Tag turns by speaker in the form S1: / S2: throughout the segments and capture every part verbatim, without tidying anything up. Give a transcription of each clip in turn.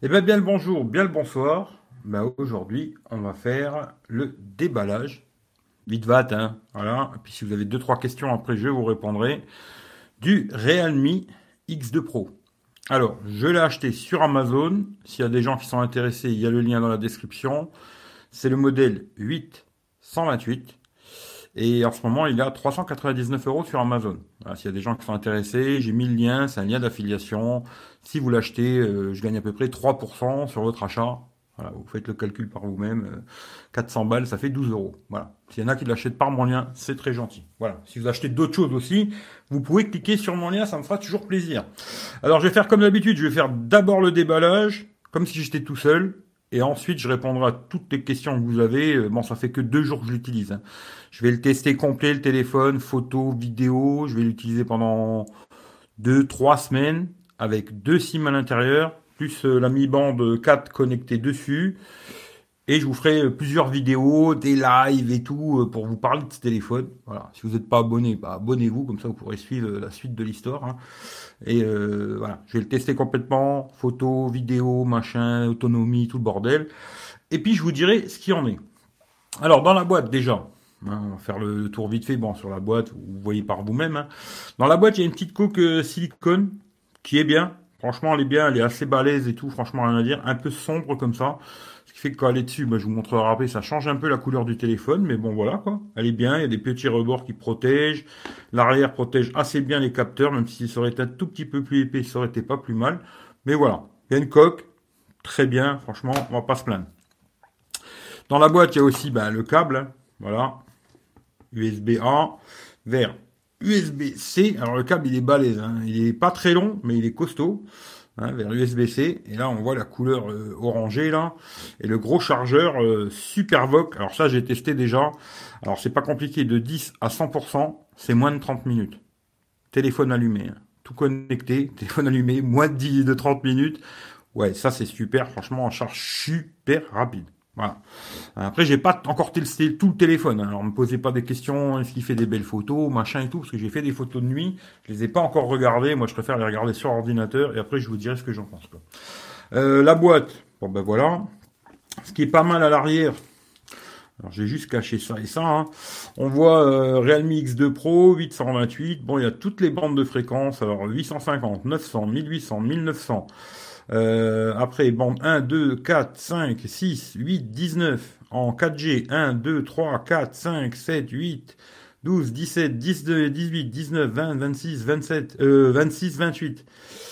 S1: Eh bien, bien le bonjour, bien le bonsoir. Ben, aujourd'hui, on va faire le déballage. Vite vat, hein. Voilà. Et puis si vous avez deux, trois questions après, je vous répondrai. Du Realme X deux Pro. Alors, je l'ai acheté sur Amazon. S'il y a des gens qui sont intéressés, il y a le lien dans la description. C'est le modèle huit cent vingt-huit. Et en ce moment, il est à trois cent quatre-vingt-dix-neuf euros sur Amazon. Voilà, s'il y a des gens qui sont intéressés, j'ai mis le lien, c'est un lien d'affiliation. Si vous l'achetez, euh, je gagne à peu près trois pour cent sur votre achat. Voilà, vous faites le calcul par vous-même. euh, quatre cents balles, ça fait douze euros. Voilà. S'il y en a qui l'achètent par mon lien, c'est très gentil. Voilà. Si vous achetez d'autres choses aussi, vous pouvez cliquer sur mon lien, ça me fera toujours plaisir. Alors, je vais faire comme d'habitude, je vais faire d'abord le déballage, comme si j'étais tout seul. Et ensuite, je répondrai à toutes les questions que vous avez. Euh, Bon, ça fait que deux jours que je l'utilise, hein. Je vais le tester complet, le téléphone, photo, vidéo. Je vais l'utiliser pendant deux, trois semaines avec deux SIM à l'intérieur, plus euh, la Mi Band quatre connectée dessus. Et je vous ferai euh, plusieurs vidéos, des lives et tout euh, pour vous parler de ce téléphone. Voilà. Si vous n'êtes pas abonné, bah, abonnez-vous, comme ça vous pourrez suivre euh, la suite de l'histoire, hein. Et euh, voilà, je vais le tester complètement, photo, vidéo, machin, autonomie, tout le bordel. Et puis je vous dirai ce qu'il en est. Alors, dans la boîte, déjà, hein, on va faire le tour vite fait. Bon, sur la boîte, vous voyez par vous-même, hein. Dans la boîte, il y a une petite coque euh, silicone qui est bien. Franchement, elle est bien, elle est assez balèze et tout. Franchement, rien à dire. Un peu sombre comme ça. Ce qui fait que quand elle est dessus, bah, je vous montrerai après, ça change un peu la couleur du téléphone. Mais bon, voilà, quoi. Elle est bien. Il y a des petits rebords qui protègent. L'arrière protège assez bien les capteurs, même si ça aurait été un tout petit peu plus épais, ça aurait été pas plus mal. Mais voilà. Il y a une coque. Très bien. Franchement, on va pas se plaindre. Dans la boîte, il y a aussi bah, le câble, hein. Voilà, U S B A vers U S B C. Alors le câble, il est balèze, hein. Il est pas très long, mais il est costaud, hein, vers U S B C. Et là, on voit la couleur euh, orangée là, et le gros chargeur euh, Supervoc. Alors ça, j'ai testé déjà. Alors c'est pas compliqué, de dix à cent pour cent, c'est moins de trente minutes. Téléphone allumé, hein. Tout connecté, téléphone allumé, moins de dix, de trente minutes. Ouais, ça c'est super. Franchement, en charge super rapide. Voilà. Après, j'ai pas encore testé tout le téléphone, hein. Alors, me posez pas des questions, est-ce qu'il fait des belles photos, machin et tout, parce que j'ai fait des photos de nuit, je les ai pas encore regardées. Moi, je préfère les regarder sur ordinateur, et après, je vous dirai ce que j'en pense, quoi. Euh, la boîte, bon ben voilà. Ce qui est pas mal à l'arrière, alors j'ai juste caché ça et ça, hein. On voit euh, Realme X deux Pro, huit cent vingt-huit. Bon, il y a toutes les bandes de fréquences, alors huit cent cinquante, neuf cents, mille huit cents, mille neuf cents. Euh, après, bande un, deux, quatre, cinq, six, huit, dix-neuf. En quatre G, un, deux, trois, quatre, cinq, sept, huit, douze, dix-sept, dix-deux, dix-huit, dix-neuf, vingt, vingt-six, vingt-sept, euh, vingt-six, vingt-huit.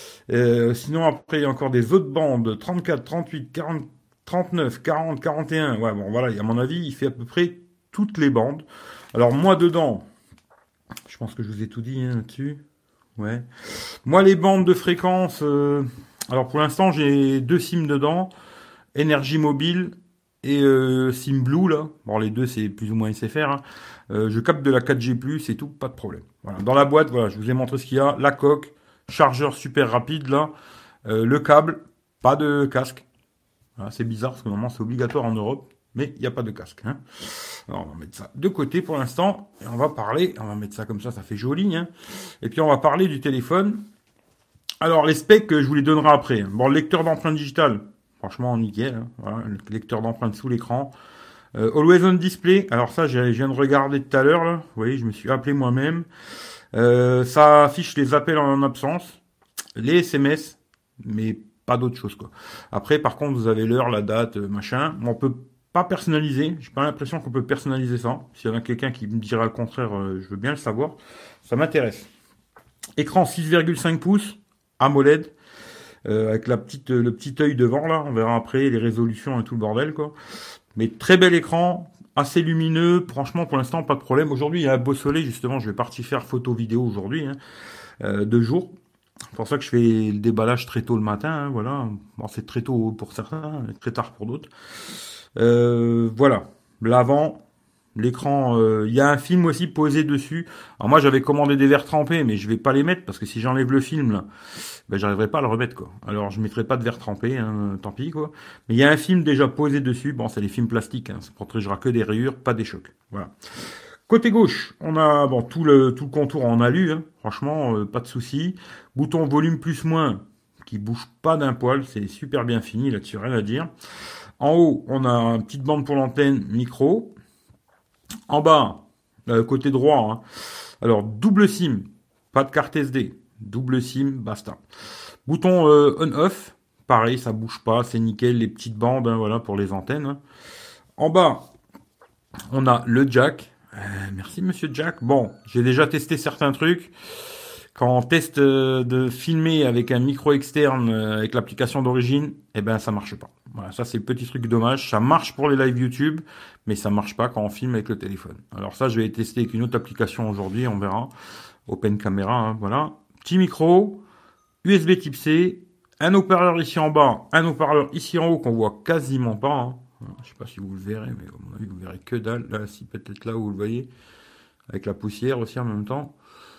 S1: Euh, sinon, après, il y a encore des autres bandes, trente-quatre, trente-huit, quarante, trente-neuf, quarante, quarante et un. Ouais, bon, voilà, à mon avis, il fait à peu près toutes les bandes. Alors, moi, dedans, je pense que je vous ai tout dit, hein, là-dessus. Ouais. Moi, les bandes de fréquence, euh, alors pour l'instant, j'ai deux SIM dedans, Énergie Mobile et euh, SIM Blue, là. Bon, les deux, c'est plus ou moins S F R, hein. Euh, je capte de la quatre G plus, et tout, pas de problème. Voilà. Dans la boîte, voilà, je vous ai montré ce qu'il y a. La coque, chargeur super rapide, là. Euh, le câble, pas de casque. Voilà, c'est bizarre, parce que normalement, c'est obligatoire en Europe. Mais il n'y a pas de casque, hein. Alors, on va mettre ça de côté pour l'instant. Et on va parler, on va mettre ça comme ça, ça fait joli, hein. Et puis on va parler du téléphone. Alors, les specs, je vous les donnerai après. Bon, le lecteur d'empreinte digitale, franchement, nickel, hein. Voilà, le lecteur d'empreinte sous l'écran. Euh, Always on Display, alors ça, je viens de regarder tout à l'heure, là. Vous voyez, je me suis appelé moi-même. Euh, ça affiche les appels en absence, les S M S, mais pas d'autre chose, quoi. Après, par contre, vous avez l'heure, la date, euh, machin. On peut pas personnaliser. J'ai pas l'impression qu'on peut personnaliser ça. S'il y en a quelqu'un qui me dira le contraire, euh, je veux bien le savoir. Ça m'intéresse. Écran six virgule cinq pouces, AMOLED, euh, avec la petite, le petit œil devant là. On verra après les résolutions et tout le bordel, quoi. Mais très bel écran, assez lumineux. Franchement, pour l'instant, pas de problème. Aujourd'hui, il y a un beau soleil, justement. Je vais partir faire photo vidéo aujourd'hui, hein, euh, deux jours. C'est pour ça que je fais le déballage très tôt le matin, hein, voilà. Bon, c'est très tôt pour certains, très tard pour d'autres. Euh, voilà. L'avant, l'écran, euh, il y a un film aussi posé dessus. Alors moi, j'avais commandé des verres trempés, mais je vais pas les mettre parce que si j'enlève le film, là, ben, j'arriverai pas à le remettre, quoi. Alors, je mettrai pas de verre trempé, hein, tant pis, quoi. Mais il y a un film déjà posé dessus. Bon, c'est les films plastiques, hein, ça protégera que des rayures, pas des chocs. Voilà. Côté gauche, on a bon tout le tout le contour en alu, hein. Franchement, euh, pas de souci. Bouton volume plus moins qui bouge pas d'un poil, c'est super bien fini, là-dessus rien à dire. En haut, on a une petite bande pour l'antenne micro. En bas, euh, côté droit, hein. Alors double SIM, pas de carte S D, double SIM, basta. Bouton euh, on-off, pareil, ça bouge pas, c'est nickel, les petites bandes, hein, voilà, pour les antennes. Hein. En bas, on a le jack. Euh, merci Monsieur Jack. Bon, j'ai déjà testé certains trucs. Quand on teste euh, de filmer avec un micro externe euh, avec l'application d'origine, eh ben ça marche pas. Voilà, ça c'est le petit truc dommage. Ça marche pour les live YouTube, mais ça marche pas quand on filme avec le téléphone. Alors ça, je vais tester avec une autre application aujourd'hui, on verra. Open Camera, hein, voilà. Petit micro, U S B Type C, un haut-parleur ici en bas, un haut-parleur ici en haut qu'on voit quasiment pas. Hein. Je sais pas si vous le verrez, mais à mon avis vous verrez que dalle. Là, si peut-être là où vous le voyez, avec la poussière aussi en même temps.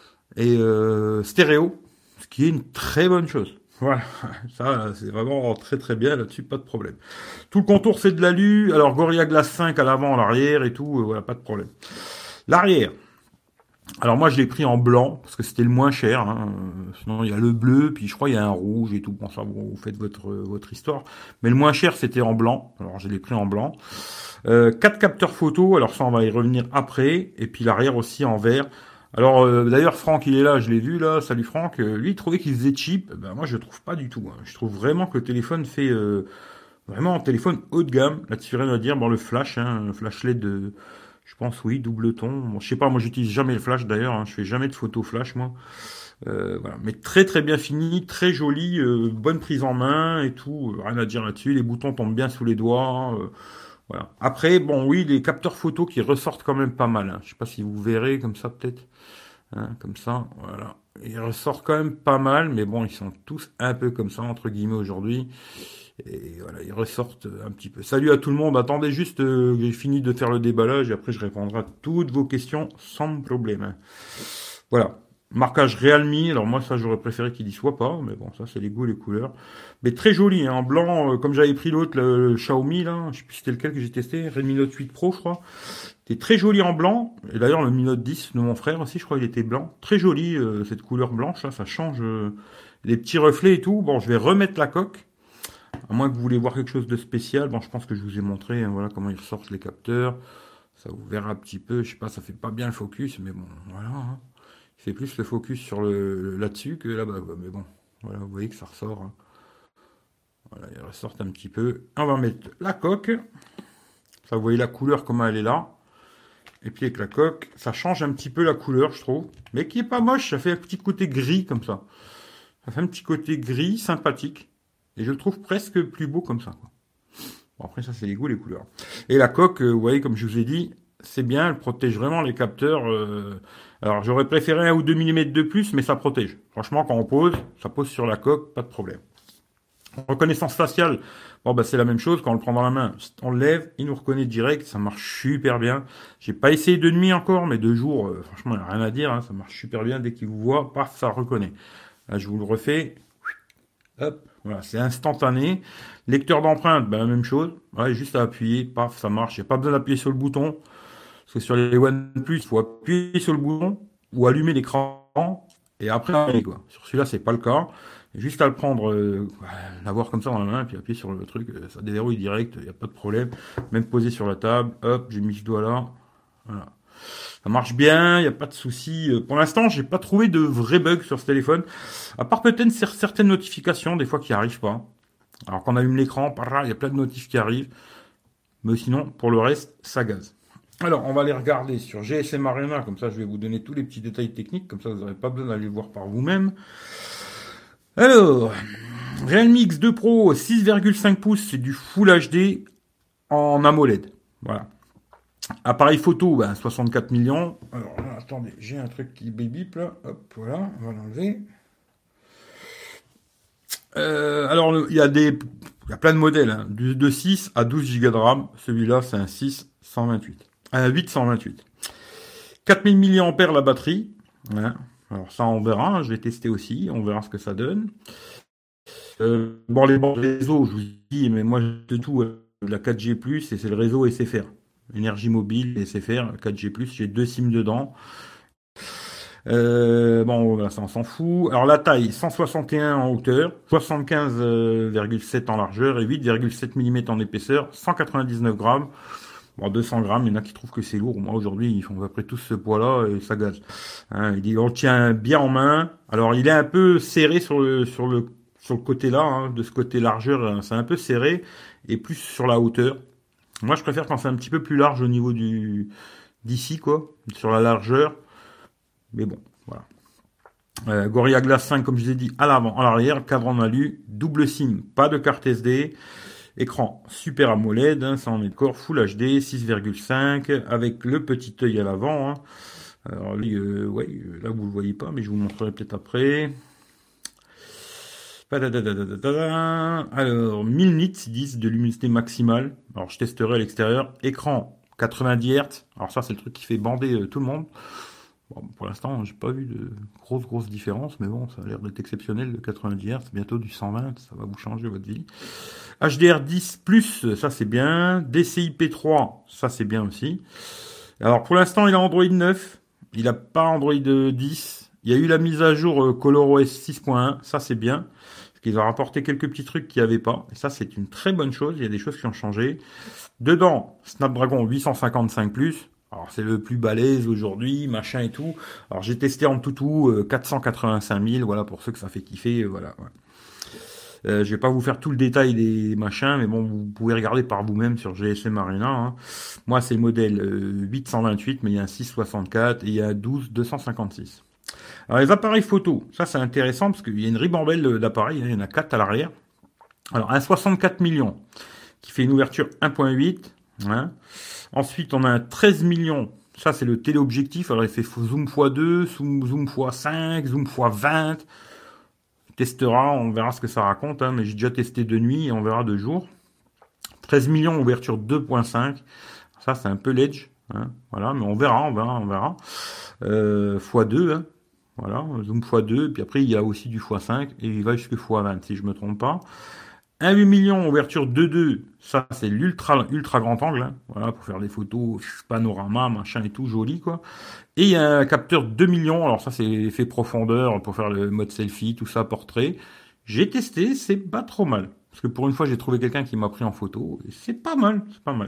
S1: Et euh, stéréo, ce qui est une très bonne chose. Voilà, ça c'est vraiment très très bien là-dessus, pas de problème. Tout le contour c'est de l'alu, alors Gorilla Glass cinq à l'avant, à l'arrière et tout, euh, voilà, pas de problème. L'arrière, alors moi je l'ai pris en blanc parce que c'était le moins cher. Hein. Sinon il y a le bleu, puis je crois il y a un rouge et tout. Bon ça vous, vous faites votre votre histoire. Mais le moins cher c'était en blanc. Alors je l'ai pris en blanc. Euh, quatre capteurs photo. Alors ça on va y revenir après. Et puis l'arrière aussi en vert. Alors euh, d'ailleurs Franck il est là, je l'ai vu là. Salut Franck. Euh, lui il trouvait qu'il faisait cheap. Ben moi je trouve pas du tout. Hein. Je trouve vraiment que le téléphone fait euh, vraiment un téléphone haut de gamme. Là-dessus rien à dire. Bon le flash, hein, le flash L E D de je pense oui, double ton. Bon, je sais pas, moi j'utilise jamais le flash d'ailleurs, hein, je fais jamais de photos flash moi. Euh, voilà. Mais très très bien fini, très joli, euh, bonne prise en main et tout, euh, rien à dire là-dessus. Les boutons tombent bien sous les doigts. Euh, voilà. Après, bon oui, les capteurs photos qui ressortent quand même pas mal. Hein. Je sais pas si vous verrez comme ça peut-être. Hein, comme ça, voilà. Ils ressortent quand même pas mal, mais bon, ils sont tous un peu comme ça, entre guillemets, aujourd'hui. Et voilà, ils ressortent un petit peu. Salut à tout le monde. Attendez juste, euh, j'ai fini de faire le déballage et après je répondrai à toutes vos questions sans problème. Voilà. Marquage Realme. Alors moi, ça, j'aurais préféré qu'il y soit pas, mais bon, ça, c'est les goûts, les couleurs. Mais très joli, hein, en blanc, euh, comme j'avais pris l'autre, le, le Xiaomi, là. Je sais plus si c'était lequel que j'ai testé. Redmi Note huit Pro, je crois. C'était très joli en blanc. Et d'ailleurs, le Mi Note dix de mon frère aussi, je crois, il était blanc. Très joli, euh, cette couleur blanche, là, ça change. Euh, les petits reflets et tout. Bon, je vais remettre la coque. À moins que vous voulez voir quelque chose de spécial, bon, je pense que je vous ai montré, hein, voilà comment ils ressortent les capteurs. Ça vous verra un petit peu, je sais pas, ça fait pas bien le focus, mais bon, voilà. Hein. Il fait plus le focus sur le là-dessus que là-bas, mais bon, voilà, vous voyez que ça ressort. Hein. Voilà, ils ressortent un petit peu. On va mettre la coque. Ça, vous voyez la couleur comment elle est là. Et puis avec la coque, ça change un petit peu la couleur, je trouve, mais qui est pas moche. Ça fait un petit côté gris comme ça. Ça fait un petit côté gris, sympathique. Et je le trouve presque plus beau comme ça. Quoi. Bon, après, ça, c'est les goûts, les couleurs. Et la coque, euh, vous voyez, comme je vous ai dit, c'est bien, elle protège vraiment les capteurs. Euh... Alors, j'aurais préféré un ou deux millimètres de plus, mais ça protège. Franchement, quand on pose, ça pose sur la coque, pas de problème. Reconnaissance faciale, bon, bah, c'est la même chose. Quand on le prend dans la main, on le lève, il nous reconnaît direct, ça marche super bien. J'ai pas essayé de nuit encore, mais de jour, euh, franchement, il n'y a rien à dire, hein, ça marche super bien. Dès qu'il vous voit, paf, ça reconnaît. Là, je vous le refais. Hop, voilà, c'est instantané. Lecteur d'empreinte, ben, la même chose. Ouais, juste à appuyer, paf, ça marche. Il n'y a pas besoin d'appuyer sur le bouton. Parce que sur les OnePlus, il faut appuyer sur le bouton ou allumer l'écran et après, quoi. Sur celui-là, c'est pas le cas. Juste à le prendre, euh, l'avoir comme ça dans la main, puis appuyer sur le truc, ça déverrouille direct, il n'y a pas de problème. Même posé sur la table, hop, j'ai mis ce doigt là. Voilà. Ça marche bien, il n'y a pas de souci. Pour l'instant, j'ai pas trouvé de vrais bugs sur ce téléphone. À part peut-être certaines notifications, des fois, qui arrivent pas. Alors, quand on allume l'écran, par là, il y a plein de notifs qui arrivent. Mais sinon, pour le reste, ça gaze. Alors, on va les regarder sur G S M Arena. Comme ça, je vais vous donner tous les petits détails techniques. Comme ça, vous n'aurez pas besoin d'aller le voir par vous-même. Alors, Realme X deux Pro, six virgule cinq pouces, c'est du Full H D en AMOLED. Voilà. Appareil photo, ben, soixante-quatre millions. Alors là, attendez, j'ai un truc qui bip là. Hop, voilà, on va l'enlever. Euh, alors, il y a des, il y a plein de modèles, hein, de, de six à douze gigas de RAM. Celui-là, c'est un six cent vingt-huit. Un huit cent vingt-huit. quatre mille milliampères la batterie. Hein. Alors ça, on verra. Je vais tester aussi. On verra ce que ça donne. Euh, bon, les bords réseau, je vous dis, mais moi, j'ai tout. Euh, la quatre G plus, et c'est le réseau S F R. Énergie mobile, S F R, quatre G plus, j'ai deux SIM dedans. Euh, bon, voilà, ça on s'en fout. Alors la taille, cent soixante et un en hauteur, soixante-quinze virgule sept en largeur et huit virgule sept millimètres en épaisseur, cent quatre-vingt-dix-neuf grammes. Bon, deux cents grammes, il y en a qui trouvent que c'est lourd. Moi, aujourd'hui, ils font à peu près tous ce poids-là et ça gaz. Hein, il dit, on le tient bien en main. Alors, il est un peu serré sur le, sur le, sur le côté là, hein, de ce côté largeur, hein, c'est un peu serré et plus sur la hauteur. Moi, je préfère quand c'est un petit peu plus large au niveau du, d'ici, quoi, sur la largeur. Mais bon, voilà. Euh, Gorilla Glass cinq, comme je vous ai dit, à l'avant, à l'arrière, cadre en alu, double SIM, pas de carte S D. Écran Super AMOLED, hein, ça en est d'accord, Full H D, six virgule cinq, avec le petit œil à l'avant. Hein. Alors lui, euh, ouais, là vous le voyez pas, mais je vous montrerai peut-être après. Alors, mille nits, ils disent, de luminosité maximale. Alors je testerai à l'extérieur. Écran quatre-vingt-dix hertz. Alors ça, c'est le truc qui fait bander euh, tout le monde. Bon, pour l'instant, j'ai pas vu de grosse grosse différence, mais bon, ça a l'air d'être exceptionnel, le quatre-vingt-dix hertz, bientôt du cent vingt, ça va vous changer votre vie. H D R dix plus, ça c'est bien. D C I P trois, ça c'est bien aussi. Alors pour l'instant, il a Android neuf, il a pas Android dix. Il y a eu la mise à jour euh, ColorOS six point un, ça c'est bien. Parce qu'ils ont rapporté quelques petits trucs qu'il n'y avait pas. Et ça, c'est une très bonne chose, il y a des choses qui ont changé. Dedans, Snapdragon huit cent cinquante-cinq plus. Alors c'est le plus balèze aujourd'hui, machin et tout. Alors j'ai testé en tout tout euh, quatre cent quatre-vingt-cinq mille, voilà pour ceux que ça fait kiffer, euh, voilà. Ouais. Euh, je vais pas vous faire tout le détail des machins, mais bon, vous pouvez regarder par vous-même sur G S M Arena. Hein. Moi c'est le modèle euh, huit cent vingt-huit, mais il y a un six cent soixante-quatre et il y a un douze deux cent cinquante-six. Alors les appareils photo, ça c'est intéressant parce qu'il y a une ribambelle d'appareils, hein, il y en a quatre à l'arrière. Alors un soixante-quatre millions qui fait une ouverture un virgule huit. Hein. Ensuite, on a un treize millions. Ça, c'est le téléobjectif. Alors, il fait zoom fois deux, zoom, zoom fois cinq, zoom fois vingt. On testera, on verra ce que ça raconte. Hein, mais j'ai déjà testé de nuit et on verra de jour. treize millions, ouverture deux virgule cinq. Ça, c'est un peu l'edge. Hein, voilà, mais on verra, on verra, on verra. Euh, fois deux. Hein, voilà, zoom fois deux. Puis après, il y a aussi du fois cinq. Et il va jusque fois vingt, si je me trompe pas. un huit millions, ouverture deux deux, ça c'est l'ultra ultra grand angle, hein. Voilà, pour faire des photos, panorama, machin et tout, joli quoi. Et il y a un capteur deux millions, alors ça c'est effet profondeur, pour faire le mode selfie, tout ça, portrait. J'ai testé, c'est pas trop mal. Parce que pour une fois j'ai trouvé quelqu'un qui m'a pris en photo, et c'est pas mal, c'est pas mal.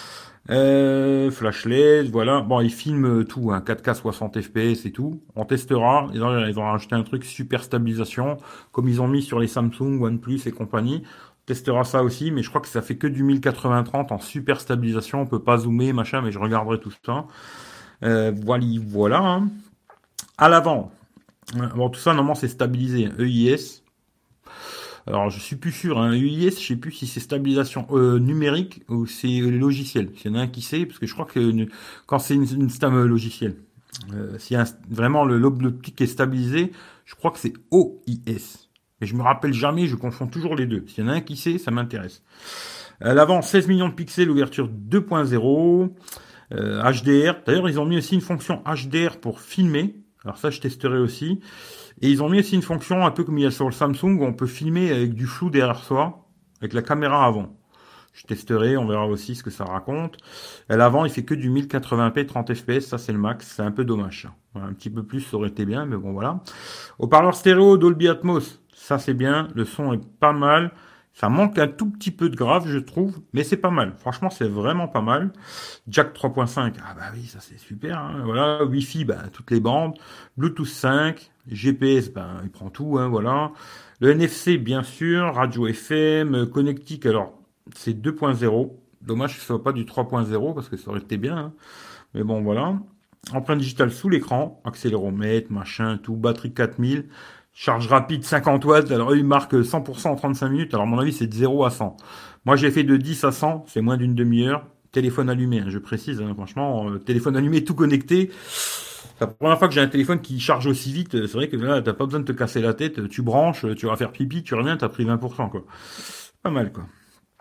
S1: Euh, flash L E D, voilà. Bon, ils filment tout, hein, quatre K soixante F P S et tout. On testera. Ils ont, ils ont rajouté un truc super stabilisation, comme ils ont mis sur les Samsung, OnePlus et compagnie. On testera ça aussi, mais je crois que ça fait que du mille quatre-vingts trente en super stabilisation. On peut pas zoomer, machin, mais je regarderai tout ça. Euh, voilà, voilà. Hein. À l'avant. Bon, tout ça, normalement, c'est stabilisé. E I S. Alors, je suis plus sûr, hein. U I S, je sais plus si c'est stabilisation euh, numérique ou c'est logiciel. S'il y en a un qui sait, parce que je crois que euh, quand c'est une, une stam logicielle, euh, s'il y a un, vraiment le lobe optique qui est stabilisé, je crois que c'est O I S. Mais je me rappelle jamais, je confonds toujours les deux. S'il y en a un qui sait, ça m'intéresse. À l'avant, seize millions de pixels, ouverture deux point zéro, euh, H D R. D'ailleurs, ils ont mis aussi une fonction H D R pour filmer. Alors ça, je testerai aussi. Et ils ont mis aussi une fonction, un peu comme il y a sur le Samsung, où on peut filmer avec du flou derrière soi, avec la caméra avant. Je testerai, on verra aussi ce que ça raconte. À l'avant, il fait que du mille quatre-vingts p trente F P S, ça c'est le max, c'est un peu dommage. Voilà, un petit peu plus, ça aurait été bien, mais bon voilà. Haut-parleur stéréo Dolby Atmos, ça c'est bien, le son est pas mal. Ça manque un tout petit peu de grave, je trouve, mais c'est pas mal. Franchement, c'est vraiment pas mal. Jack trois point cinq, ah bah oui, ça c'est super. Hein. Voilà, Wi-Fi, bah, toutes les bandes. Bluetooth cinq, G P S, ben il prend tout, hein, voilà. Le N F C, bien sûr, radio F M, connectique, alors c'est deux point zéro. Dommage que ce soit pas du trois point zéro parce que ça aurait été bien. Hein. Mais bon, voilà. Empreinte digitale sous l'écran, accéléromètre, machin, tout, batterie quatre mille. Charge rapide cinquante watts, alors eux ils marquent cent pour cent en trente-cinq minutes, alors à mon avis c'est de zéro à cent. Moi j'ai fait de dix à cent, c'est moins d'une demi-heure. Téléphone allumé, hein, je précise, hein, franchement, euh, téléphone allumé, tout connecté. C'est la première fois que j'ai un téléphone qui charge aussi vite, c'est vrai que là t'as pas besoin de te casser la tête, tu branches, tu vas faire pipi, tu reviens, t'as pris vingt pour cent quoi. Pas mal quoi.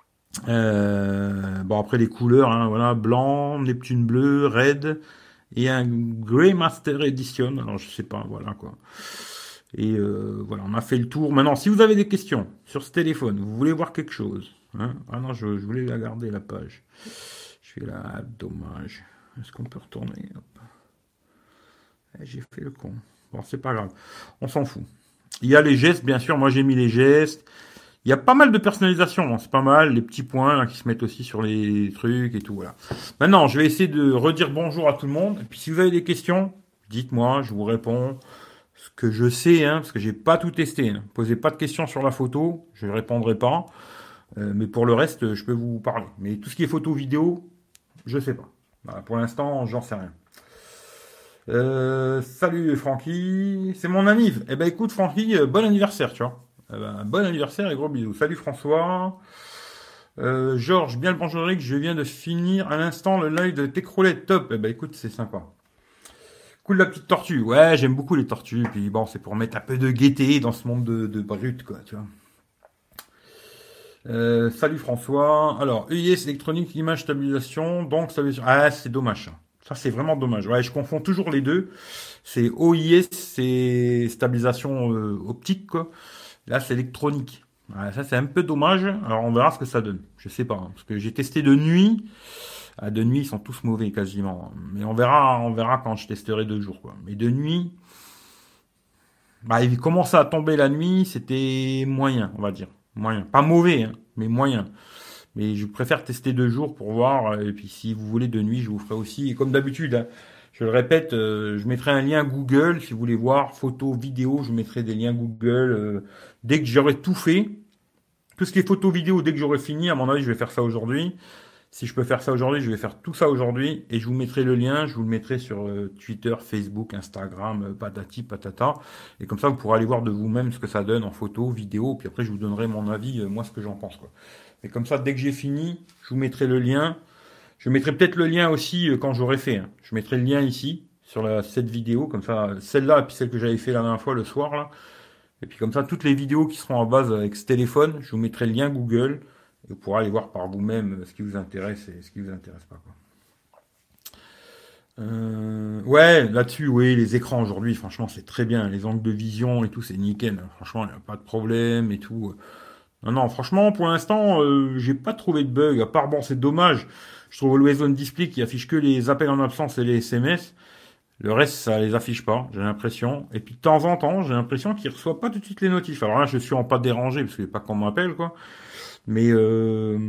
S1: Euh, bon après les couleurs, hein, voilà, blanc, Neptune bleu, red, et un Grey Master Edition, alors je sais pas, voilà quoi. Et euh, voilà, on a fait le tour. Maintenant, si vous avez des questions sur ce téléphone, vous voulez voir quelque chose, hein, ah non, je, je voulais la garder la page. Je suis là, dommage. Est-ce qu'on peut retourner? Hop. J'ai fait le con. Bon, c'est pas grave. On s'en fout. Il y a les gestes, bien sûr. Moi, j'ai mis les gestes. Il y a pas mal de personnalisation. Hein. C'est pas mal. Les petits points là, qui se mettent aussi sur les trucs et tout. Voilà. Maintenant, je vais essayer de redire bonjour à tout le monde. Et puis, si vous avez des questions, dites-moi. Je vous réponds. Ce que je sais, hein, parce que j'ai pas tout testé. Hein. Posez pas de questions sur la photo. Je répondrai pas. Euh, mais pour le reste, je peux vous parler. Mais tout ce qui est photo, vidéo, je sais pas. Voilà, pour l'instant, j'en sais rien. Euh, salut Francky, c'est mon ami. Eh ben écoute Francky, euh, bon anniversaire, tu vois. Eh ben, bon anniversaire et gros bisous. Salut François. Euh, Georges, bien le bonjour Eric, je viens de finir à l'instant le live de Técrolet, top. Eh ben écoute, c'est sympa. Cool la petite tortue. Ouais, j'aime beaucoup les tortues. Puis bon, c'est pour mettre un peu de gaieté dans ce monde de, de brut, quoi, tu vois. Euh, salut François. Alors, E I S électronique image stabilisation. Donc ça veut dire ah c'est dommage. Ça, Ça, c'est vraiment dommage. Ouais, je confonds toujours les deux. C'est O I S, c'est stabilisation euh, optique quoi. Là c'est électronique. Ouais, ça c'est un peu dommage. Alors on verra ce que ça donne. Je sais pas hein, parce que j'ai testé de nuit. Ah, de nuit ils sont tous mauvais quasiment. Mais on verra, on verra quand je testerai de jour quoi. Mais de nuit, bah il commençait à tomber la nuit, c'était moyen, on va dire. Moyen. Pas mauvais, hein, mais moyen. Mais je préfère tester deux jours pour voir. Et puis si vous voulez de nuit, je vous ferai aussi. Et comme d'habitude, hein, je le répète, euh, je mettrai un lien Google. Si vous voulez voir photos, vidéos, je mettrai des liens Google. euh, dès que j'aurai tout fait, tout ce qui est photos, vidéos, dès que j'aurai fini, à mon avis, je vais faire ça aujourd'hui. Si je peux faire ça aujourd'hui, je vais faire tout ça aujourd'hui. Et je vous mettrai le lien, je vous le mettrai sur euh, Twitter, Facebook, Instagram, euh, patati, patata. Et comme ça, vous pourrez aller voir de vous-même ce que ça donne en photo, vidéo. Puis après, je vous donnerai mon avis, euh, moi, ce que j'en pense, quoi. Et comme ça, dès que j'ai fini, je vous mettrai le lien. Je mettrai peut-être le lien aussi euh, quand j'aurai fait. Hein. Je mettrai le lien ici, sur la, cette vidéo, comme ça, celle-là, et puis celle que j'avais fait la dernière fois, le soir, là. Et puis comme ça, toutes les vidéos qui seront en base avec ce téléphone, je vous mettrai le lien Google. Et vous pourrez aller voir par vous-même ce qui vous intéresse et ce qui vous intéresse pas, quoi. Euh, ouais, là-dessus, oui, les écrans aujourd'hui, franchement, c'est très bien. Les angles de vision et tout, c'est nickel. Franchement, il n'y a pas de problème et tout. Non, non, franchement, pour l'instant, euh, j'ai pas trouvé de bug. À part, bon, c'est dommage. Je trouve Always On Display qui affiche que les appels en absence et les S M S. Le reste, ça les affiche pas, j'ai l'impression. Et puis, de temps en temps, j'ai l'impression qu'il reçoit pas tout de suite les notifs. Alors là, je suis en pas dérangé, parce qu'il n'y a pas qu'on m'appelle, quoi. Mais, euh,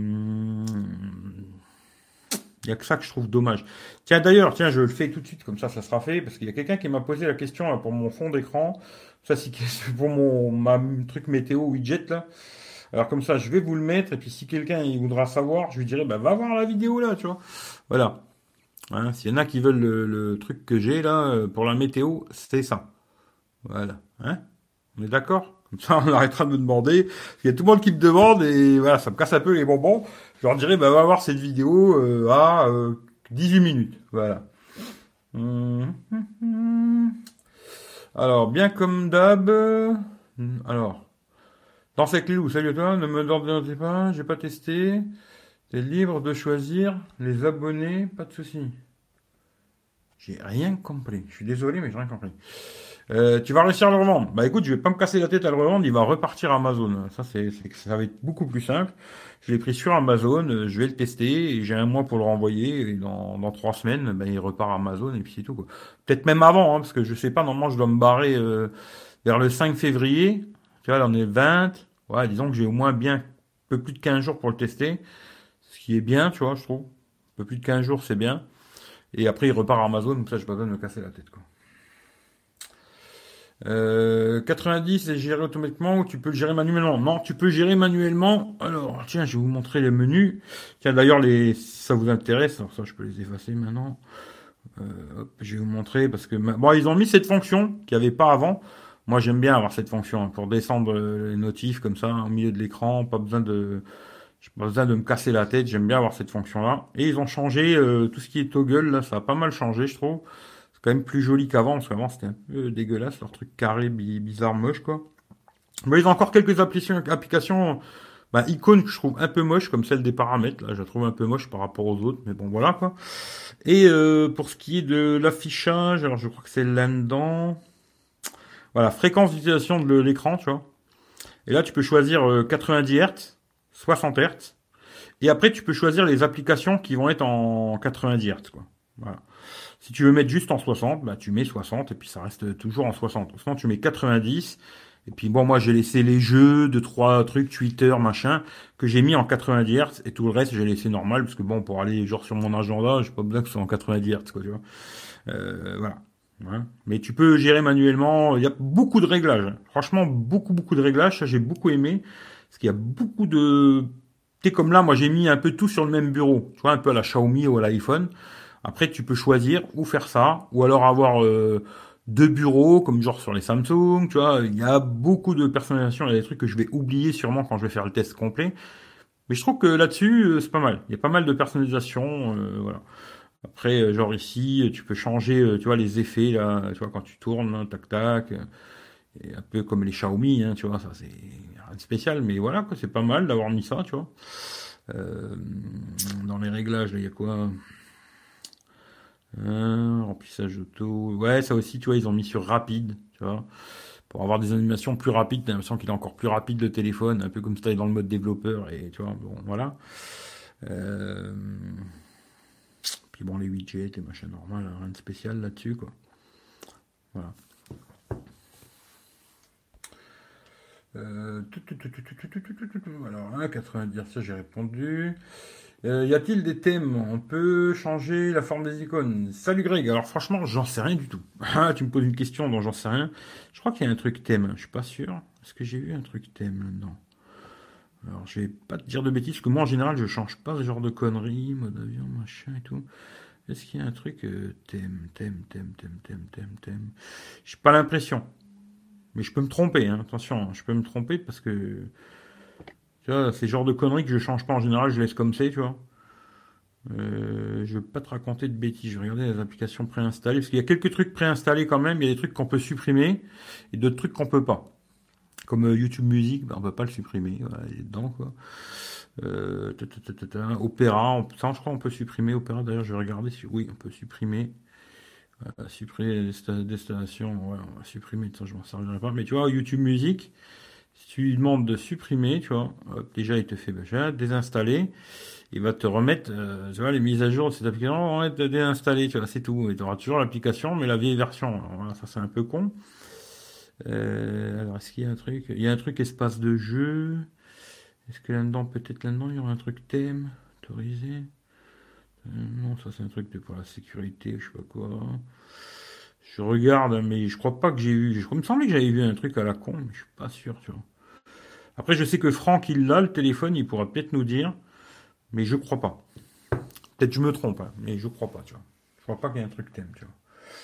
S1: il y a que ça que je trouve dommage. Tiens, d'ailleurs, tiens, je le fais tout de suite, comme ça, ça sera fait, parce qu'il y a quelqu'un qui m'a posé la question, là, pour mon fond d'écran. Ça, c'est pour mon, ma truc météo widget, là. Alors comme ça, je vais vous le mettre, et puis si quelqu'un il voudra savoir, je lui dirai, bah va voir la vidéo là, tu vois. Voilà. Hein, s'il y en a qui veulent le, le truc que j'ai là, euh, pour la météo, c'est ça. Voilà. Hein? On est d'accord? Comme ça, on arrêtera de me demander. Parce qu'il y a tout le monde qui me demande, et voilà, ça me casse un peu les bonbons. Je leur dirai, bah va voir cette vidéo euh, à euh, dix-huit minutes. Voilà. Hum, hum, hum. Alors, bien comme d'hab. hum, Alors. Dans ces clés, salut à toi, ne me demandez pas, j'ai pas testé. T'es libre de choisir les abonnés, pas de souci. J'ai rien compris. Je suis désolé, mais j'ai rien compris. Euh, tu vas réussir à le revendre. Bah écoute, je vais pas me casser la tête à le revendre, il va repartir à Amazon. Ça, c'est, c'est- ça va être beaucoup plus simple. Je l'ai pris sur Amazon, euh, je vais le tester, et j'ai un mois pour le renvoyer, et dans, dans trois semaines, bah, il repart à Amazon, et puis c'est tout, quoi. Peut-être même avant, hein, parce que je sais pas, normalement, je dois me barrer euh, vers le cinq février. Tu vois, là, on est vingt. Ouais, disons que j'ai au moins bien un peu plus de quinze jours pour le tester. Ce qui est bien, tu vois, je trouve. Un peu plus de quinze jours, c'est bien. Et après, il repart à Amazon, donc ça, j'ai pas besoin de me casser la tête, quoi. Euh, quatre-vingt-dix est géré automatiquement ou tu peux le gérer manuellement? Non, tu peux gérer manuellement. Alors, tiens, je vais vous montrer les menus. Tiens, d'ailleurs, les, si ça vous intéresse, alors ça, je peux les effacer maintenant. Euh, hop, je vais vous montrer parce que, bon, ils ont mis cette fonction qu'il n'y avait pas avant. Moi, j'aime bien avoir cette fonction hein, pour descendre euh, les notifs comme ça au milieu de l'écran. Pas besoin de, j'ai pas besoin de me casser la tête. J'aime bien avoir cette fonction-là. Et ils ont changé euh, tout ce qui est toggle. Là, ça a pas mal changé, je trouve. C'est quand même plus joli qu'avant, parce qu'avant c'était un peu dégueulasse, leur truc carré, bi- bizarre, moche, quoi. Mais ils ont encore quelques applications, applications bah, icônes que je trouve un peu moches, comme celle des paramètres, là, je la trouve un peu moche par rapport aux autres, mais bon, voilà, quoi. Et euh, pour ce qui est de l'affichage, alors je crois que c'est là-dedans. Voilà, fréquence d'utilisation de l'écran, tu vois. Et là, tu peux choisir euh, quatre-vingt-dix hertz, soixante hertz, et après, tu peux choisir les applications qui vont être en quatre-vingt-dix hertz, quoi. Voilà. Si tu veux mettre juste en soixante, bah, tu mets soixante et puis ça reste toujours en soixante. Sinon, tu mets quatre-vingt-dix. Et puis bon, moi, j'ai laissé les jeux, deux, trois trucs, Twitter, machin, que j'ai mis en quatre-vingt-dix Hz et tout le reste, j'ai laissé normal parce que bon, pour aller genre sur mon agenda, j'ai pas besoin que ce soit en quatre-vingt-dix Hz, quoi, tu vois. Euh, voilà. Ouais. Mais tu peux gérer manuellement. Il y a beaucoup de réglages. Franchement, beaucoup, beaucoup de réglages. Ça, j'ai beaucoup aimé. Parce qu'il y a beaucoup de... Tu sais, comme là, moi, j'ai mis un peu tout sur le même bureau. Tu vois, un peu à la Xiaomi ou à l'iPhone. Après, tu peux choisir ou faire ça, ou alors avoir euh, deux bureaux, comme genre sur les Samsung. Tu vois, il y a beaucoup de personnalisation. Il y a des trucs que je vais oublier sûrement quand je vais faire le test complet. Mais je trouve que là-dessus, euh, c'est pas mal. Il y a pas mal de personnalisation. Euh, voilà. Après, euh, genre ici, tu peux changer, euh, tu vois, les effets, là, tu vois, quand tu tournes, hein, tac, tac, euh, et un peu comme les Xiaomi, hein, tu vois, ça, c'est rien de spécial, mais voilà, quoi, c'est pas mal d'avoir mis ça, tu vois. Euh, dans les réglages, là, il y a quoi? Euh, remplissage auto. Ouais, ça aussi, tu vois, ils ont mis sur rapide, tu vois, pour avoir des animations plus rapides, t'as l'impression qu'il est encore plus rapide le téléphone, un peu comme si t'allais dans le mode développeur, et tu vois, bon, voilà. Euh, puis bon, les widgets et machin normal, rien de spécial là-dessus, quoi. Voilà. Euh, tout, tout, tout, tout, tout, tout, tout, tout, tout, tout. Alors, hein, quatre-vingt-dix, ça j'ai répondu. Euh, y a-t-il des thèmes? On peut changer la forme des icônes. Salut Greg. Alors franchement, j'en sais rien du tout. Ah, tu me poses une question dont j'en sais rien. Je crois qu'il y a un truc thème. Je suis pas sûr. Est-ce que j'ai vu un truc thème? Non. Alors je vais pas te dire de bêtises, parce que moi en général je change pas ce genre de conneries, mode avion, machin et tout. Est-ce qu'il y a un truc euh, thème, thème, thème, thème, thème, thème, thème? J'ai pas l'impression. Mais je peux me tromper, hein. Attention, hein. Je peux me tromper parce que tu vois, c'est le genre de conneries que je change pas en général, je laisse comme c'est, tu vois. Euh, je veux pas te raconter de bêtises. Je vais regarder les applications préinstallées parce qu'il y a quelques trucs préinstallés quand même. Il y a des trucs qu'on peut supprimer et d'autres trucs qu'on peut pas. Comme euh, YouTube Music, ben, on peut pas le supprimer. Voilà, il est dedans quoi. Euh, ta, ta, ta, ta, ta. Opéra, on, ça, je crois on peut supprimer. Opéra, d'ailleurs, je vais regarder si oui, on peut supprimer. Euh, supprimer les sta- destinations. Ouais, on va supprimer. Ça, je m'en servirai pas. Mais tu vois, YouTube Music. Si tu lui demandes de supprimer, tu vois, hop, déjà il te fait bah, désinstaller, il va te remettre, euh, tu vois, les mises à jour de cette application vont être déinstallées, tu vois, c'est tout. Et tu auras toujours l'application, mais la vieille version. Alors, voilà, ça c'est un peu con. Euh, alors est-ce qu'il y a un truc? Il y a un truc espace de jeu. Est-ce que là-dedans, peut-être là-dedans, il y aura un truc thème, autorisé? Euh, non, ça c'est un truc de pour la sécurité, je sais pas quoi. Je regarde, mais je crois pas que j'ai vu. Je, il me semblait que j'avais vu un truc à la con, mais je suis pas sûr, tu vois. Après, je sais que Franck, il l'a, le téléphone, il pourra peut-être nous dire, mais je crois pas. Peut-être je me trompe, hein, mais je crois pas, tu vois. Je crois pas qu'il y ait un truc thème, tu vois.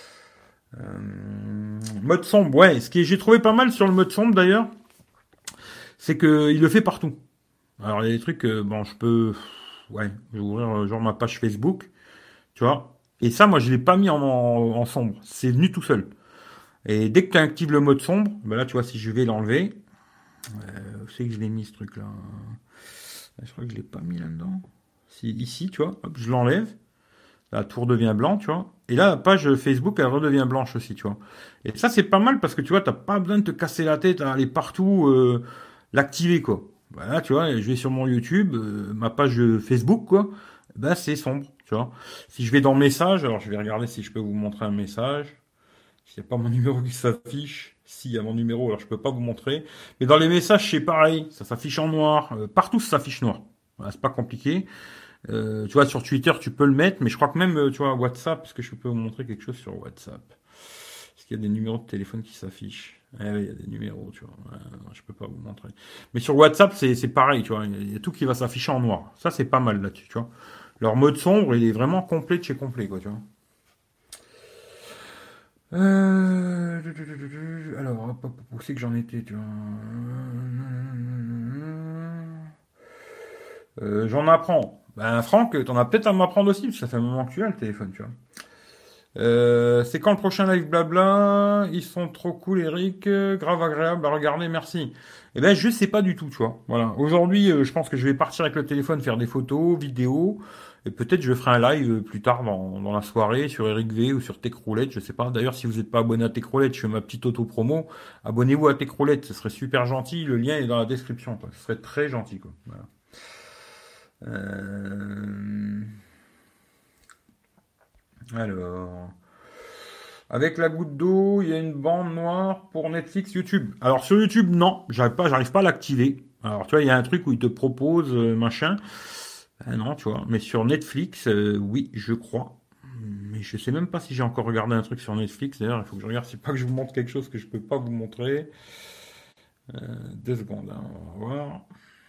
S1: Euh, Mode sombre, ouais. Ce que j'ai trouvé pas mal sur le mode sombre, d'ailleurs, c'est que il le fait partout. Alors, il y a des trucs, euh, bon, je peux, ouais, je vais ouvrir euh, genre ma page Facebook, tu vois. Et ça, moi, je l'ai pas mis en, en, en sombre. C'est venu tout seul. Et dès que tu actives le mode sombre, ben là, tu vois, si je vais l'enlever, euh, où c'est que je l'ai mis, ce truc-là? Je crois que je l'ai pas mis là-dedans. Si, ici, tu vois, hop, je l'enlève. La tour devient blanc, tu vois. Et là, la page Facebook, elle redevient blanche aussi, tu vois. Et ça, c'est pas mal parce que tu vois, t'as pas besoin de te casser la tête à aller partout, euh, l'activer, quoi. Voilà, tu vois, je vais sur mon YouTube, euh, ma page Facebook, quoi. Ben, c'est sombre, tu vois. Si je vais dans messages, alors je vais regarder si je peux vous montrer un message. S'il n'y a pas mon numéro qui s'affiche, s'il y a mon numéro, alors je peux pas vous montrer. Mais dans les messages, c'est pareil, ça s'affiche en noir. Euh, partout, ça s'affiche noir. Voilà, c'est pas compliqué. Euh, tu vois, sur Twitter, tu peux le mettre, mais je crois que même, euh, tu vois, WhatsApp, est-ce que je peux vous montrer quelque chose sur WhatsApp? Est-ce qu'il y a des numéros de téléphone qui s'affichent? Eh oui, il y a des numéros, tu vois. Ouais, non, je peux pas vous montrer. Mais sur WhatsApp, c'est c'est pareil, tu vois. Il y a tout qui va s'afficher en noir. Ça, c'est pas mal là-dessus, tu vois. Leur mode sombre, il est vraiment complet de chez complet, quoi, tu vois. Euh... Alors, hop, hop, où c'est que j'en étais, tu vois. Euh, j'en apprends. Ben, Franck, t'en as peut-être à m'apprendre aussi, parce que ça fait un moment que tu as le téléphone, tu vois. Euh, c'est quand le prochain live blabla? Ils sont trop cool, Eric. euh, Grave agréable à regarder, merci. Eh ben, je sais pas du tout, tu vois. Voilà. Aujourd'hui, euh, je pense que je vais partir avec le téléphone faire des photos, vidéos, et peut-être je ferai un live euh, plus tard dans, dans la soirée sur Eric V ou sur Techroulette, je sais pas. D'ailleurs, si vous n'êtes pas abonné à Techroulette, je fais ma petite auto-promo. Abonnez-vous à Techroulette, ce serait super gentil. Le lien est dans la description, quoi. Ce serait très gentil, quoi. Voilà. Euh... Alors, avec la goutte d'eau, il y a une bande noire pour Netflix, YouTube. Alors sur YouTube, non, j'arrive pas, j'arrive pas à l'activer. Alors tu vois, il y a un truc où il te propose euh, machin. Ah non, tu vois. Mais sur Netflix, euh, oui, je crois. Mais je sais même pas si j'ai encore regardé un truc sur Netflix. D'ailleurs, il faut que je regarde. C'est pas que je vous montre quelque chose que je peux pas vous montrer. Euh, deux secondes, hein, on va voir.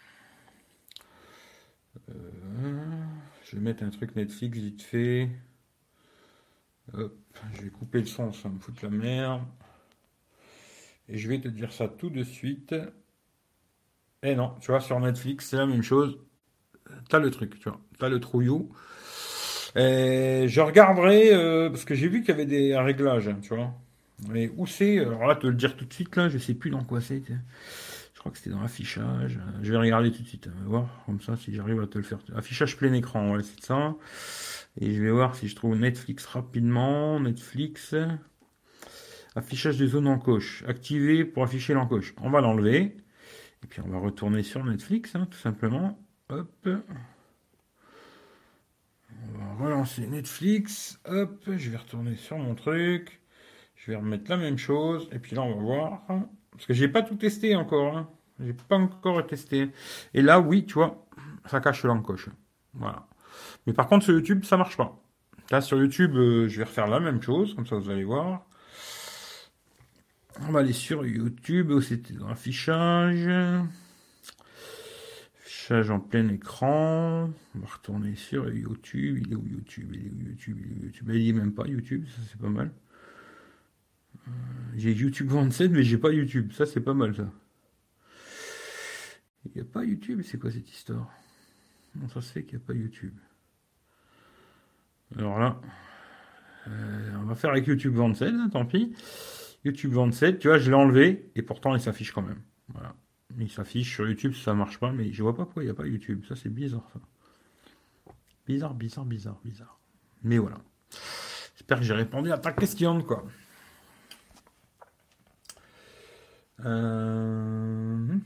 S1: Euh, je vais mettre un truc Netflix vite fait. Hop, je vais couper le son, ça me fout la merde. Et je vais te dire ça tout de suite. Et non, tu vois, sur Netflix, c'est la même chose. T'as le truc, tu vois. T'as le trouillou. Et je regarderai, euh, parce que j'ai vu qu'il y avait des réglages, hein, tu vois. Mais où c'est? Alors là, te le dire tout de suite, là, je sais plus dans quoi c'est. tu sais. Je crois que c'était dans l'affichage. Je vais regarder tout de suite. On va voir, comme ça, si j'arrive à te le faire. Affichage plein écran, ouais, c'est ça. Et je vais voir si je trouve Netflix rapidement. Netflix. Affichage des zones en coche. Activé pour afficher l'encoche. On va l'enlever. Et puis on va retourner sur Netflix, hein, tout simplement. Hop. On va relancer Netflix. Hop. Je vais retourner sur mon truc. Je vais remettre la même chose. Et puis là, on va voir. Parce que j'ai pas tout testé encore. Hein. J'ai pas encore testé. Et là, oui, tu vois, ça cache l'encoche. Voilà. Mais par contre, sur YouTube, ça marche pas. Là, sur YouTube, euh, je vais refaire la même chose. Comme ça, vous allez voir. On va aller sur YouTube. Où c'était dans l'affichage. Affichage en plein écran. On va retourner sur YouTube. Il est où YouTube? Il est où YouTube? Il est où YouTube? Il y est même pas YouTube. Ça, c'est pas mal. J'ai YouTube vingt-sept, mais j'ai pas YouTube. Ça, c'est pas mal, ça. Il n'y a pas YouTube, c'est quoi cette histoire? Comment ça se fait qu'il n'y a pas YouTube? Alors là, euh, on va faire avec YouTube vingt-sept, hein, tant pis. YouTube vingt-sept, tu vois, je l'ai enlevé, et pourtant il s'affiche quand même. Voilà. Il s'affiche sur YouTube, ça marche pas, mais je vois pas pourquoi il n'y a pas YouTube. Ça, c'est bizarre, ça. Bizarre, bizarre, bizarre, bizarre. Mais voilà. J'espère que j'ai répondu à ta question, quoi. Euh...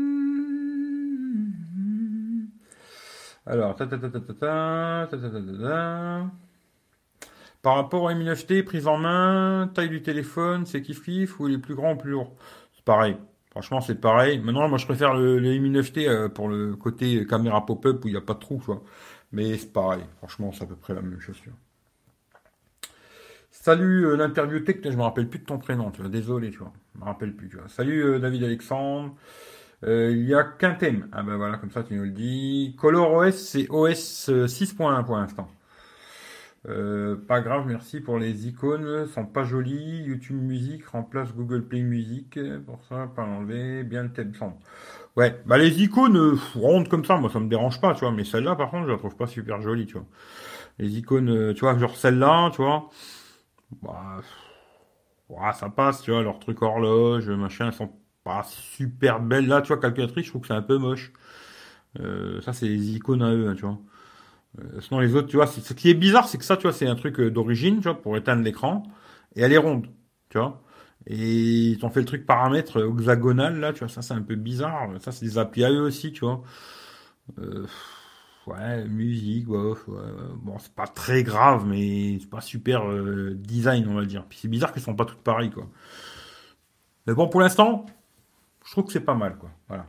S1: Alors, ta ta ta ta ta ta ta ta ta ta ta. Par rapport au M neuf T, prise en main, taille du téléphone, c'est kiff kiff ou il est plus grand ou plus lourd? C'est pareil. Franchement, c'est pareil. Maintenant, moi, je préfère le, le M neuf T euh, pour le côté caméra pop-up où il n'y a pas de trou, tu vois. Mais c'est pareil. Franchement, c'est à peu près la même chose, tu vois. Salut euh, l'interview tech, je me rappelle plus de ton prénom, tu vois. Désolé, tu vois. Je me rappelle plus, tu vois. Salut euh, David Alexandre. Euh, il y a qu'un thème. Ah ben voilà, comme ça tu nous le dis. ColorOS, c'est O S six point un pour l'instant. Euh, pas grave, merci pour les icônes, sont pas jolies. YouTube Music remplace Google Play Music. Pour ça, pas l'enlever. Bien le thème sombre. Ouais, bah les icônes euh, rondes comme ça, moi ça me dérange pas, tu vois. Mais celle-là, par contre, je la trouve pas super jolie, tu vois. Les icônes, euh, tu vois, genre celle-là, tu vois. Bah, pff, ouais, ça passe, tu vois. Leur truc horloge, machin, elles sont pas super belles. Là, tu vois, calculatrice, je trouve que c'est un peu moche. Euh, ça, c'est les icônes à eux, hein, tu vois. Euh, sinon, les autres, tu vois, c'est- ce qui est bizarre, c'est que ça, tu vois, c'est un truc euh, d'origine, tu vois, pour éteindre l'écran, et elle est ronde, tu vois. Et ils t'ont fait le truc paramètre euh, hexagonal, là, tu vois, ça, c'est un peu bizarre. Ça, c'est des applis à eux aussi, tu vois. Euh, ouais, musique, ouais, ouais, ouais. Bon, c'est pas très grave, mais c'est pas super euh, design, on va dire. Puis c'est bizarre qu'elles sont pas toutes pareilles, quoi. Mais bon, pour l'instant, je trouve que c'est pas mal, quoi. Voilà.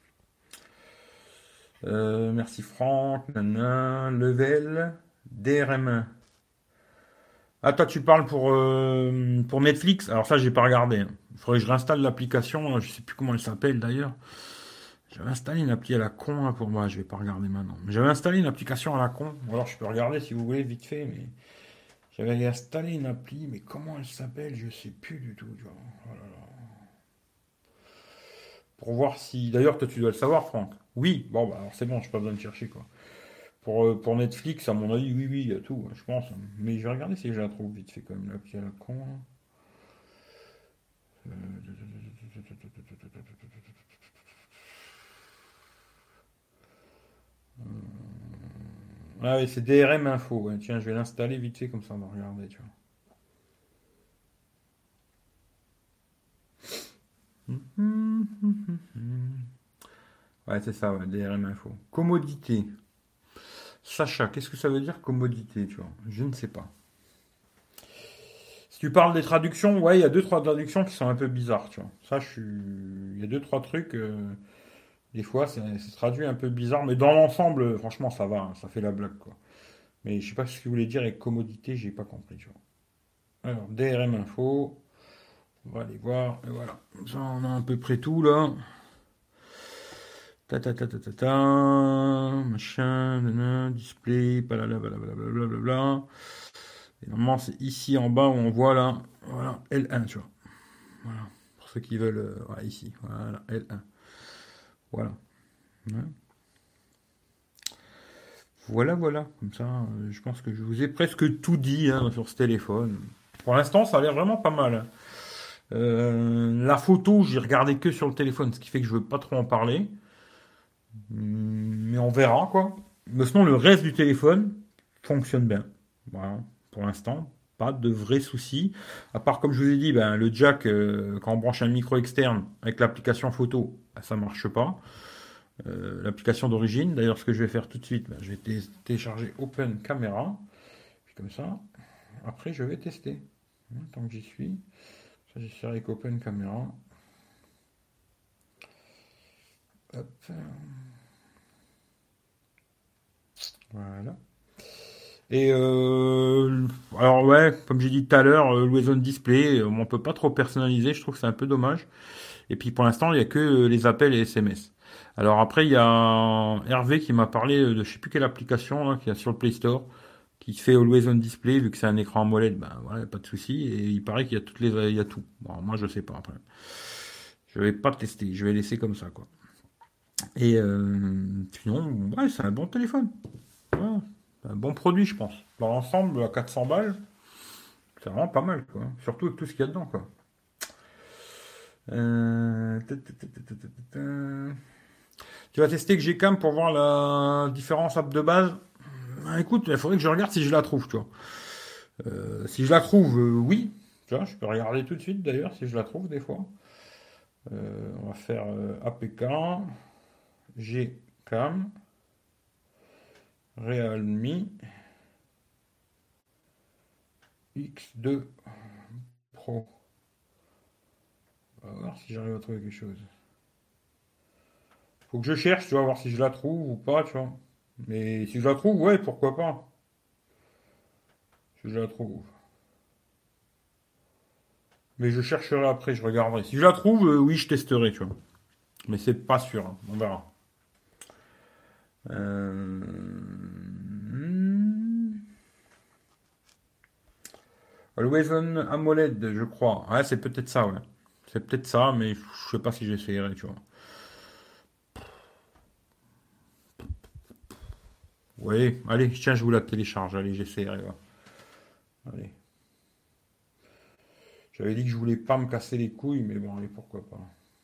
S1: Euh, merci Franck, nanana, level, D R M un. Ah, toi, tu parles pour, euh, pour Netflix? Alors ça, j'ai pas regardé. Hein. Il faudrait que je réinstalle l'application. Hein. Je sais plus comment elle s'appelle d'ailleurs. J'avais installé une appli à la con hein, pour moi. Je vais pas regarder maintenant. Mais j'avais installé une application à la con. Ou alors je peux regarder si vous voulez vite fait. Mais j'avais installé une appli. Mais comment elle s'appelle? Je sais plus du tout. Tu vois. Oh là là. Pour voir si. D'ailleurs, toi, tu dois le savoir, Franck. Oui. Bon, bah alors c'est bon. Je n'ai pas besoin de chercher quoi. Pour, euh, pour Netflix, à mon avis, oui, oui, il y a tout. Hein, je pense. Mais je vais regarder si je la trouve vite fait quand même l'appli à la con. Là. Ah oui, c'est D R M Info. Ouais. Tiens, je vais l'installer vite fait comme ça, on va regarder, tu vois. Ouais, c'est ça, ouais, D R M Info. Commodité. Sacha, qu'est-ce que ça veut dire commodité, tu vois? Je ne sais pas. Si tu parles des traductions, ouais, il y a deux, trois traductions qui sont un peu bizarres, tu vois. Ça, je suis. Il y a deux, trois trucs. euh, Des fois, c'est c'est traduit un peu bizarre, mais dans l'ensemble, franchement, ça va, hein, ça fait la blague, quoi. Mais je sais pas ce qu'il voulait dire avec commodité, j'ai pas compris, tu vois. Alors, D R M Info, on va aller voir, et voilà. Comme ça, on a à peu près tout, là. Ta ta ta ta ta ta, machin, nanana, display, palala, blablabla, blablabla. Et normalement, c'est ici en bas où on voit là, voilà, L un, tu vois. Voilà. Pour ceux qui veulent, euh, voilà, ici, voilà, L un. Voilà. Ouais. Voilà, voilà. Comme ça, euh, je pense que je vous ai presque tout dit hein, sur ce téléphone. Pour l'instant, ça a l'air vraiment pas mal, hein. Euh, la photo, j'ai regardé que sur le téléphone, ce qui fait que je veux pas trop en parler. Hum, Mais on verra, quoi. Mais sinon, le reste du téléphone fonctionne bien. Voilà, pour l'instant. Pas de vrais soucis. À part, comme je vous ai dit, ben, le jack, euh, quand on branche un micro externe avec l'application photo, ben, ça marche pas. Euh, l'application d'origine. D'ailleurs, ce que je vais faire tout de suite, ben, je vais té- télécharger Open Camera. Puis comme ça, après, je vais tester. Hein, tant que j'y suis. Ça, j'y suis avec Open Camera. Hop. Voilà. Et euh, alors ouais, comme j'ai dit tout à l'heure, euh, Always On Display, euh, on peut pas trop personnaliser, je trouve que c'est un peu dommage. Et puis pour l'instant, il y a que euh, les appels et S M S. Alors après, il y a Hervé qui m'a parlé de je sais plus quelle application là, qui a sur le Play Store, qui fait Always On Display, vu que c'est un écran AMOLED, ben voilà, pas de souci. Et il paraît qu'il y a toutes les, il y a tout. Bon, moi je sais pas après. Je vais pas tester, je vais laisser comme ça quoi. Et euh, sinon, ouais, c'est un bon téléphone. Ouais, c'est un bon produit, je pense. Dans l'ensemble, à quatre cents balles. C'est vraiment pas mal, quoi. Surtout avec tout ce qu'il y a dedans, quoi. Euh, ta, ta, ta, ta, ta, ta, ta. Tu vas tester Gcam pour voir la différence app de base. Ah, écoute, il faudrait que je regarde si je la trouve, tu vois. Euh, si je la trouve, euh, oui. Tu vois, je peux regarder tout de suite d'ailleurs si je la trouve des fois. Euh, on va faire euh, A P K, Gcam, Realme X deux Pro. On va voir si j'arrive à trouver quelque chose. Faut que je cherche, tu vois, voir si je la trouve ou pas, tu vois. Mais si je la trouve, ouais, pourquoi pas. Si je la trouve. Mais je chercherai après, je regarderai. Si je la trouve, euh, oui, je testerai, tu vois. Mais c'est pas sûr, hein. On verra. Euh... hmm. Always On AMOLED, je crois. Ouais, c'est peut-être ça, ouais. C'est peut-être ça, mais je sais pas si j'essayerai, tu vois. Oui, allez, tiens, je vous la télécharge. Allez, j'essayerai, ouais. Allez. J'avais dit que je voulais pas me casser les couilles, mais bon, allez, pourquoi pas.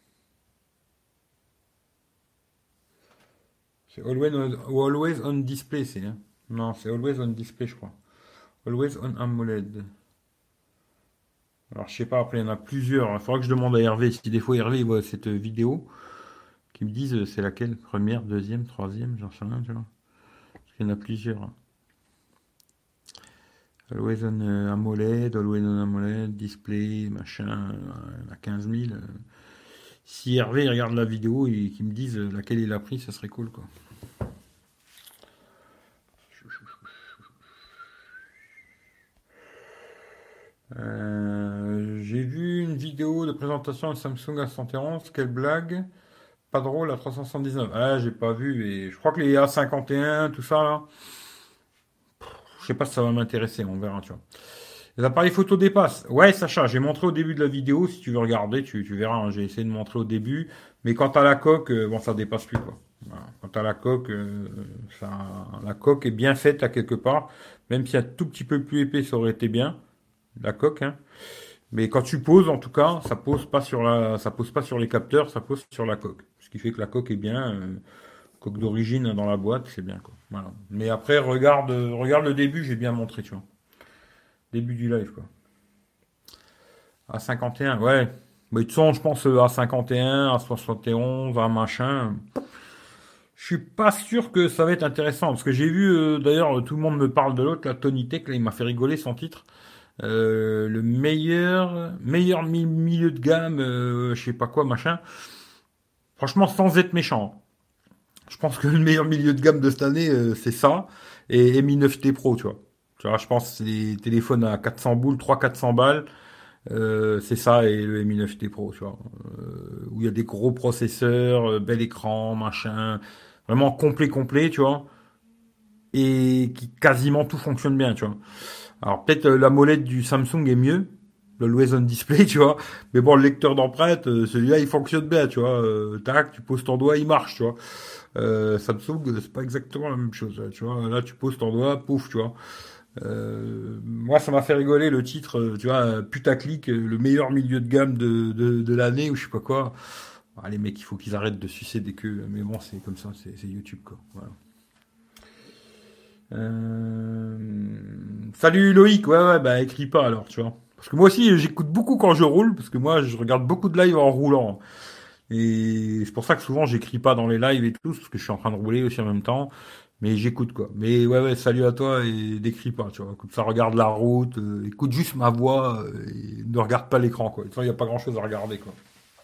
S1: C'est always on, always on display, c'est, hein. Non, c'est always on display, je crois. Always on AMOLED. Alors, je sais pas, après, il y en a plusieurs. Il faudra que je demande à Hervé. Si des fois Hervé il voit cette vidéo, qu'il me dise euh, c'est laquelle? Première, deuxième, troisième, j'en sais rien, tu vois. Parce qu'il y en a plusieurs, hein. Always on euh, AMOLED, Always on AMOLED, display, machin, euh, il y en a quinze mille. euh. Si Hervé il regarde la vidéo et qu'il me dise euh, laquelle il a pris, ça serait cool, quoi. Euh, j'ai vu une vidéo de présentation de Samsung A cent onze, quelle blague. Pas drôle à trois cent soixante-dix-neuf. Ah, j'ai pas vu. Et je crois que les A cinquante et un, tout ça, là, je sais pas si ça va m'intéresser, on verra, tu vois. Les appareils photo dépassent. Ouais, Sacha, j'ai montré au début de la vidéo. Si tu veux regarder, tu, tu verras, hein. J'ai essayé de montrer au début. Mais quant à la coque, euh, bon, ça dépasse plus, quoi. Voilà. Quant à la coque, euh, ça, la coque est bien faite, à quelque part. Même si un tout petit peu plus épais, ça aurait été bien. La coque, hein. Mais quand tu poses, en tout cas, ça pose pas sur la, ça pose pas sur les capteurs, ça pose sur la coque. Ce qui fait que la coque est bien, euh, coque d'origine dans la boîte, c'est bien, quoi. Voilà. Mais après, regarde, euh, regarde le début, j'ai bien montré, tu vois. Début du live, quoi. A cinquante et un, ouais. Mais de toute façon, je pense euh, A cinquante et un, A soixante et onze, A machin. Je suis pas sûr que ça va être intéressant. Parce que j'ai vu, euh, d'ailleurs, tout le monde me parle de l'autre, la Tony Tech, là, il m'a fait rigoler son titre. Euh, le meilleur, meilleur mi- milieu de gamme, euh, je sais pas quoi, machin. Franchement, sans être méchant. Je pense que le meilleur milieu de gamme de cette année, euh, c'est ça. Et Mi neuf T Pro, tu vois. Tu vois, je pense que c'est des téléphones à quatre cents boules, trois cents quatre cents balles. Euh, c'est ça et le Mi neuf T Pro, tu vois. Euh, où il y a des gros processeurs, euh, bel écran, machin. Vraiment complet, complet, tu vois. Et qui quasiment tout fonctionne bien, tu vois. Alors peut-être euh, la molette du Samsung est mieux, l'Always on Display, tu vois. Mais bon, le lecteur d'empreinte, euh, celui-là, il fonctionne bien, tu vois. Euh, tac, tu poses ton doigt, il marche, tu vois. Euh, Samsung, euh, c'est pas exactement la même chose, hein, tu vois. Là, tu poses ton doigt, pouf, tu vois. Euh, moi, ça m'a fait rigoler le titre, euh, tu vois, putaclic, euh, le meilleur milieu de gamme de, de, de l'année ou je sais pas quoi. Ah, les mecs, il faut qu'ils arrêtent de sucer des queues. Mais bon, c'est comme ça, c'est c'est YouTube, quoi. Voilà. Euh, Salut Loïc, ouais, ouais, bah écris pas alors, tu vois. Parce que moi aussi, j'écoute beaucoup quand je roule, parce que moi, je regarde beaucoup de live en roulant. Et c'est pour ça que souvent, j'écris pas dans les lives et tout, parce que je suis en train de rouler aussi en même temps. Mais j'écoute, quoi. Mais ouais, ouais, salut à toi et n'écris pas, tu vois. Comme ça, regarde la route, euh, écoute juste ma voix euh, et ne regarde pas l'écran, quoi. De toute façon, il n'y a pas grand-chose à regarder, quoi.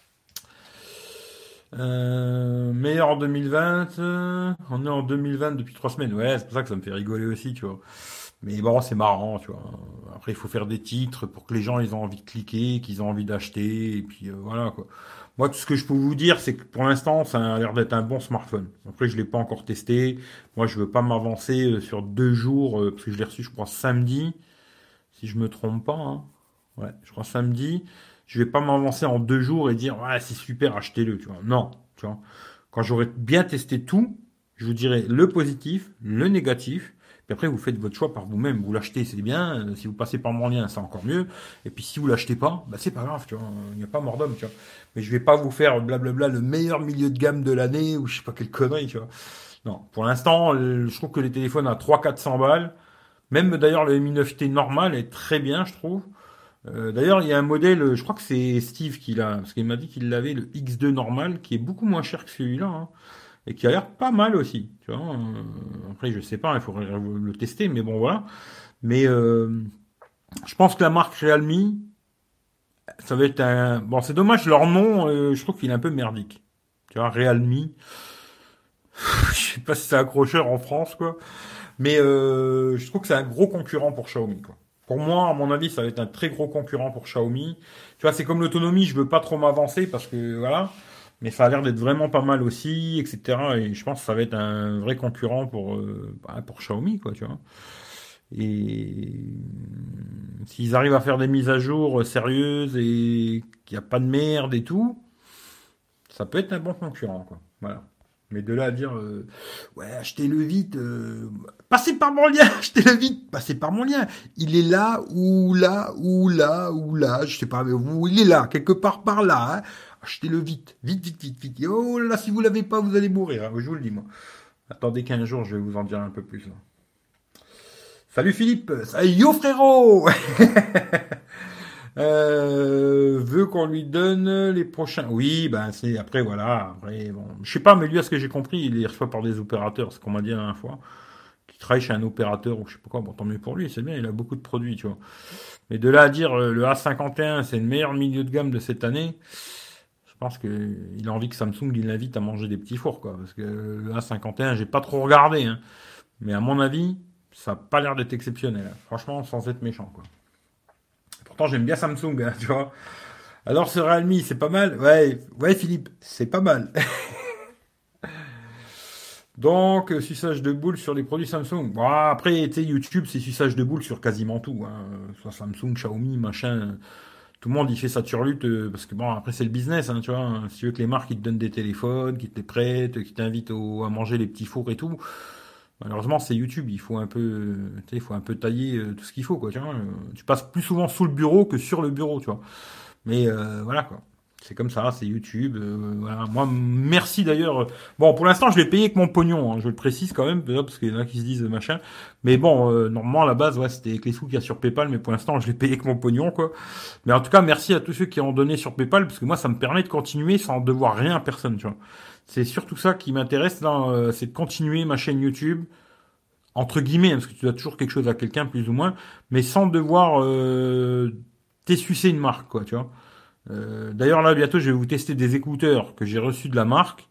S1: Euh, meilleur en deux mille vingt, euh, on est en deux mille vingt depuis trois semaines. Ouais, c'est pour ça que ça me fait rigoler aussi, tu vois. Mais bon, c'est marrant, tu vois. Après, il faut faire des titres pour que les gens ils ont envie de cliquer, qu'ils ont envie d'acheter, et puis euh, voilà quoi. Moi, tout ce que je peux vous dire, c'est que pour l'instant, ça a l'air d'être un bon smartphone. Après, je l'ai pas encore testé. Moi, je veux pas m'avancer euh, sur deux jours, euh, parce que je l'ai reçu, je crois, samedi, si je me trompe pas. Hein. Ouais, je crois samedi. Je vais pas m'avancer en deux jours et dire ouais, c'est super, achetez-le, tu vois. Non, tu vois. Quand j'aurai bien testé tout, je vous dirai le positif, le négatif. Puis après, vous faites votre choix par vous-même. Vous l'achetez, c'est bien. Euh, Si vous passez par mon lien, c'est encore mieux. Et puis si vous l'achetez pas, bah c'est pas grave, tu vois. Il n'y a pas mort d'homme, tu vois. Mais je vais pas vous faire blablabla le meilleur milieu de gamme de l'année ou je sais pas quelle connerie, tu vois. Non, pour l'instant, euh, je trouve que les téléphones à trois cents quatre cents balles, même d'ailleurs le Mi neuf T normal est très bien, je trouve. Euh, d'ailleurs, il y a un modèle, euh, je crois que c'est Steve qui l'a, parce qu'il m'a dit qu'il l'avait, le X deux normal, qui est beaucoup moins cher que celui-là, hein, et qui a l'air pas mal aussi. Tu vois, euh, après, je sais pas, il faudrait le tester, mais bon, voilà. Mais euh, je pense que la marque Realme, ça va être un... Bon, c'est dommage, leur nom, euh, je trouve qu'il est un peu merdique. Tu vois, Realme, je sais pas si c'est accrocheur en France, quoi. Mais euh, je trouve que c'est un gros concurrent pour Xiaomi, quoi. Pour moi, à mon avis, ça va être un très gros concurrent pour Xiaomi. Tu vois, c'est comme l'autonomie, je veux pas trop m'avancer parce que voilà, mais ça a l'air d'être vraiment pas mal aussi, et cetera. Et je pense que ça va être un vrai concurrent pour euh, bah, pour Xiaomi, quoi, tu vois. Et euh, s'ils arrivent à faire des mises à jour sérieuses et qu'il n'y a pas de merde et tout, ça peut être un bon concurrent, quoi. Voilà. Mais de là à dire, euh, ouais, achetez-le vite, euh, passez par mon lien, achetez-le vite, passez par mon lien. Il est là, ou là, ou là, ou là, je sais pas, mais vous, il est là, quelque part par là, hein. Achetez-le vite, vite, vite, vite, vite. Et oh là, si vous l'avez pas, vous allez mourir, hein, je vous le dis, moi. Attendez qu'un jour, je vais vous en dire un peu plus, là. Salut Philippe, salut yo frérot. Euh, veut qu'on lui donne les prochains. Oui, ben c'est après voilà. Après bon, je sais pas, mais lui à ce que j'ai compris, il les reçoit par des opérateurs, ce qu'on m'a dit la dernière fois, qui travaille chez un opérateur ou je sais pas quoi. Bon, tant mieux pour lui, c'est bien, il a beaucoup de produits, tu vois. Mais de là à dire euh, le A cinquante et un, c'est le meilleur milieu de gamme de cette année, je pense que il a envie que Samsung il l'invite à manger des petits fours, quoi. Parce que le A cinquante et un, j'ai pas trop regardé, hein. Mais à mon avis, ça a pas l'air d'être exceptionnel, hein. Franchement, sans être méchant, quoi. Pourtant, j'aime bien Samsung, hein, tu vois. Alors ce Realme, c'est pas mal. Ouais, ouais Philippe, c'est pas mal. Donc, euh, suçage de boules sur les produits Samsung. Bon, après, tu sais, YouTube, c'est suçage de boules sur quasiment tout. Hein. Soit Samsung, Xiaomi, machin. Tout le monde, il fait sa turlute. euh, parce que bon, après, c'est le business, hein, tu vois. Si tu veux que les marques, ils te donnent des téléphones, qu'ils te les prêtent, qu'ils t'invitent au- à manger les petits fours et tout. Malheureusement, c'est YouTube. Il faut un peu, euh, tu sais, il faut un peu tailler euh, tout ce qu'il faut, quoi. Tu vois. Euh, tu passes plus souvent sous le bureau que sur le bureau, tu vois. Mais euh, voilà quoi. C'est comme ça, c'est YouTube. Euh, voilà. Moi, merci d'ailleurs. Bon, pour l'instant, je l'ai payé avec mon pognon. Hein, je le précise quand même, parce qu'il y en a qui se disent machin. Mais bon, euh, normalement, à la base, ouais, c'était avec les sous qu'il y a sur PayPal. Mais pour l'instant, je l'ai payé avec mon pognon, quoi. Mais en tout cas, merci à tous ceux qui ont donné sur PayPal, parce que moi, ça me permet de continuer sans devoir rien à personne, tu vois. C'est surtout ça qui m'intéresse, là, euh, c'est de continuer ma chaîne YouTube entre guillemets, hein, parce que tu dois toujours quelque chose à quelqu'un, plus ou moins, mais sans devoir euh, t'essucer une marque, quoi, tu vois. Euh, D'ailleurs, là, bientôt, je vais vous tester des écouteurs que j'ai reçus de la marque.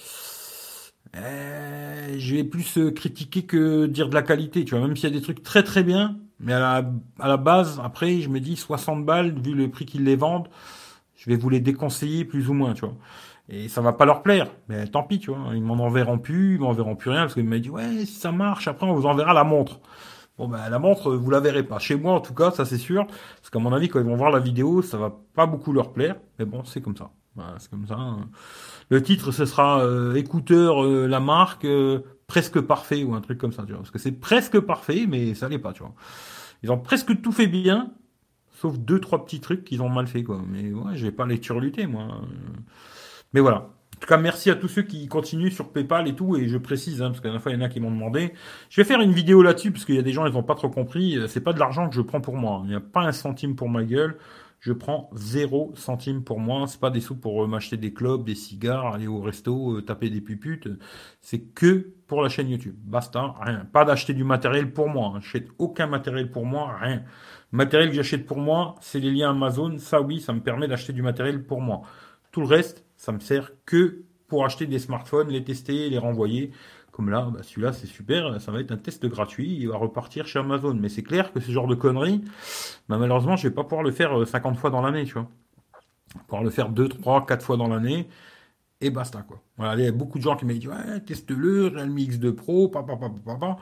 S1: Euh, je vais plus euh, critiquer que dire de la qualité, tu vois, même s'il y a des trucs très très bien, mais à la, à la base, après, je me dis soixante balles, vu le prix qu'ils les vendent, je vais vous les déconseiller plus ou moins, tu vois. Et ça va pas leur plaire, mais tant pis, tu vois, ils m'en enverront plus, ils m'enverront plus rien, parce qu'ils m'ont dit, ouais, si ça marche, après on vous enverra la montre. Bon, ben, la montre, vous la verrez pas. Chez moi, en tout cas, ça c'est sûr, parce qu'à mon avis, quand ils vont voir la vidéo, ça va pas beaucoup leur plaire, mais bon, c'est comme ça. Voilà, c'est comme ça, hein. Le titre, ce sera euh, écouteur, euh, la marque, euh, presque parfait ou un truc comme ça, tu vois. Parce que c'est presque parfait, mais ça l'est pas, tu vois. Ils ont presque tout fait bien, sauf deux, trois petits trucs qu'ils ont mal fait, quoi. Mais ouais, je vais pas les turluter, moi. Mais voilà. En tout cas, merci à tous ceux qui continuent sur PayPal et tout, et je précise, hein, parce qu'à la fois, il y en a qui m'ont demandé. Je vais faire une vidéo là-dessus, parce qu'il y a des gens, ils n'ont pas trop compris. C'est pas de l'argent que je prends pour moi. Il n'y a pas un centime pour ma gueule. Je prends zéro centime pour moi. C'est pas des sous pour euh, m'acheter des clopes, des cigares, aller au resto, euh, taper des puputes. C'est que pour la chaîne YouTube. Basta, rien. Pas d'acheter du matériel pour moi. Hein. J'achète aucun matériel pour moi, rien. Le matériel que j'achète pour moi, c'est les liens Amazon. Ça, oui, ça me permet d'acheter du matériel pour moi. Tout le reste, ça me sert que pour acheter des smartphones, les tester, les renvoyer. Comme là, bah celui-là, c'est super, ça va être un test gratuit, il va repartir chez Amazon. Mais c'est clair que ce genre de conneries, bah malheureusement, je vais pas pouvoir le faire euh, cinquante fois dans l'année, tu vois. Je vais pouvoir le faire deux, trois, quatre fois dans l'année, et basta, quoi. Voilà, il y a beaucoup de gens qui m'ont dit, ouais, teste-le, Realme X deux Pro, papa, papa, papa.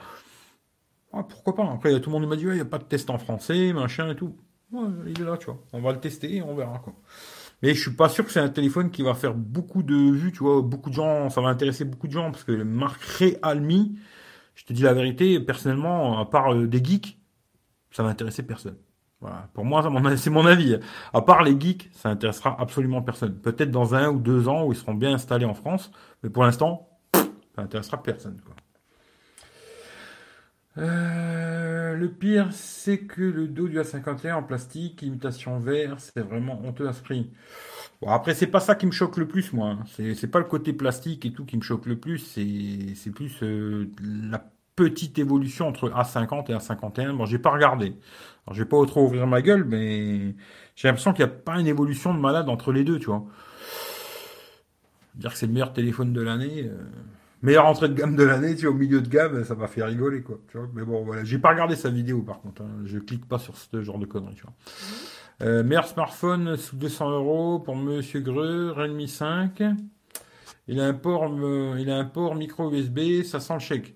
S1: Ah, pourquoi pas? Après, tout le monde m'a dit, ouais, il n'y a pas de test en français, machin et tout. Ouais, il est là, tu vois. On va le tester et on verra, quoi. Mais je suis pas sûr que c'est un téléphone qui va faire beaucoup de vues, tu vois. Beaucoup de gens, ça va intéresser beaucoup de gens parce que la marque Realme, je te dis la vérité, personnellement, à part euh, des geeks, ça va intéresser personne. Voilà. Pour moi, c'est mon avis. À part les geeks, ça intéressera absolument personne. Peut-être dans un ou deux ans où ils seront bien installés en France, mais pour l'instant, ça intéressera personne, quoi. Euh, le pire, c'est que le dos du A cinquante et un en plastique, imitation verre, c'est vraiment honteux à ce prix. Bon, après, c'est pas ça qui me choque le plus, moi. C'est, c'est pas le côté plastique et tout qui me choque le plus. C'est, c'est plus euh, la petite évolution entre A cinquante et A cinquante et un. Bon, j'ai pas regardé. Alors, je vais pas trop ouvrir ma gueule, mais j'ai l'impression qu'il n'y a pas une évolution de malade entre les deux, tu vois. Dire que c'est le meilleur téléphone de l'année, euh, meilleure entrée de gamme de l'année, tu vois, au milieu de gamme, ça m'a fait rigoler, quoi. Tu vois. Mais bon, voilà. J'ai pas regardé sa vidéo, par contre, hein. Je clique pas sur ce genre de conneries, tu vois. Euh, meilleur smartphone sous deux cents euros pour Monsieur Greux, Realme cinq. Il a un port, euh, il a un port micro U S B, ça sent le chèque.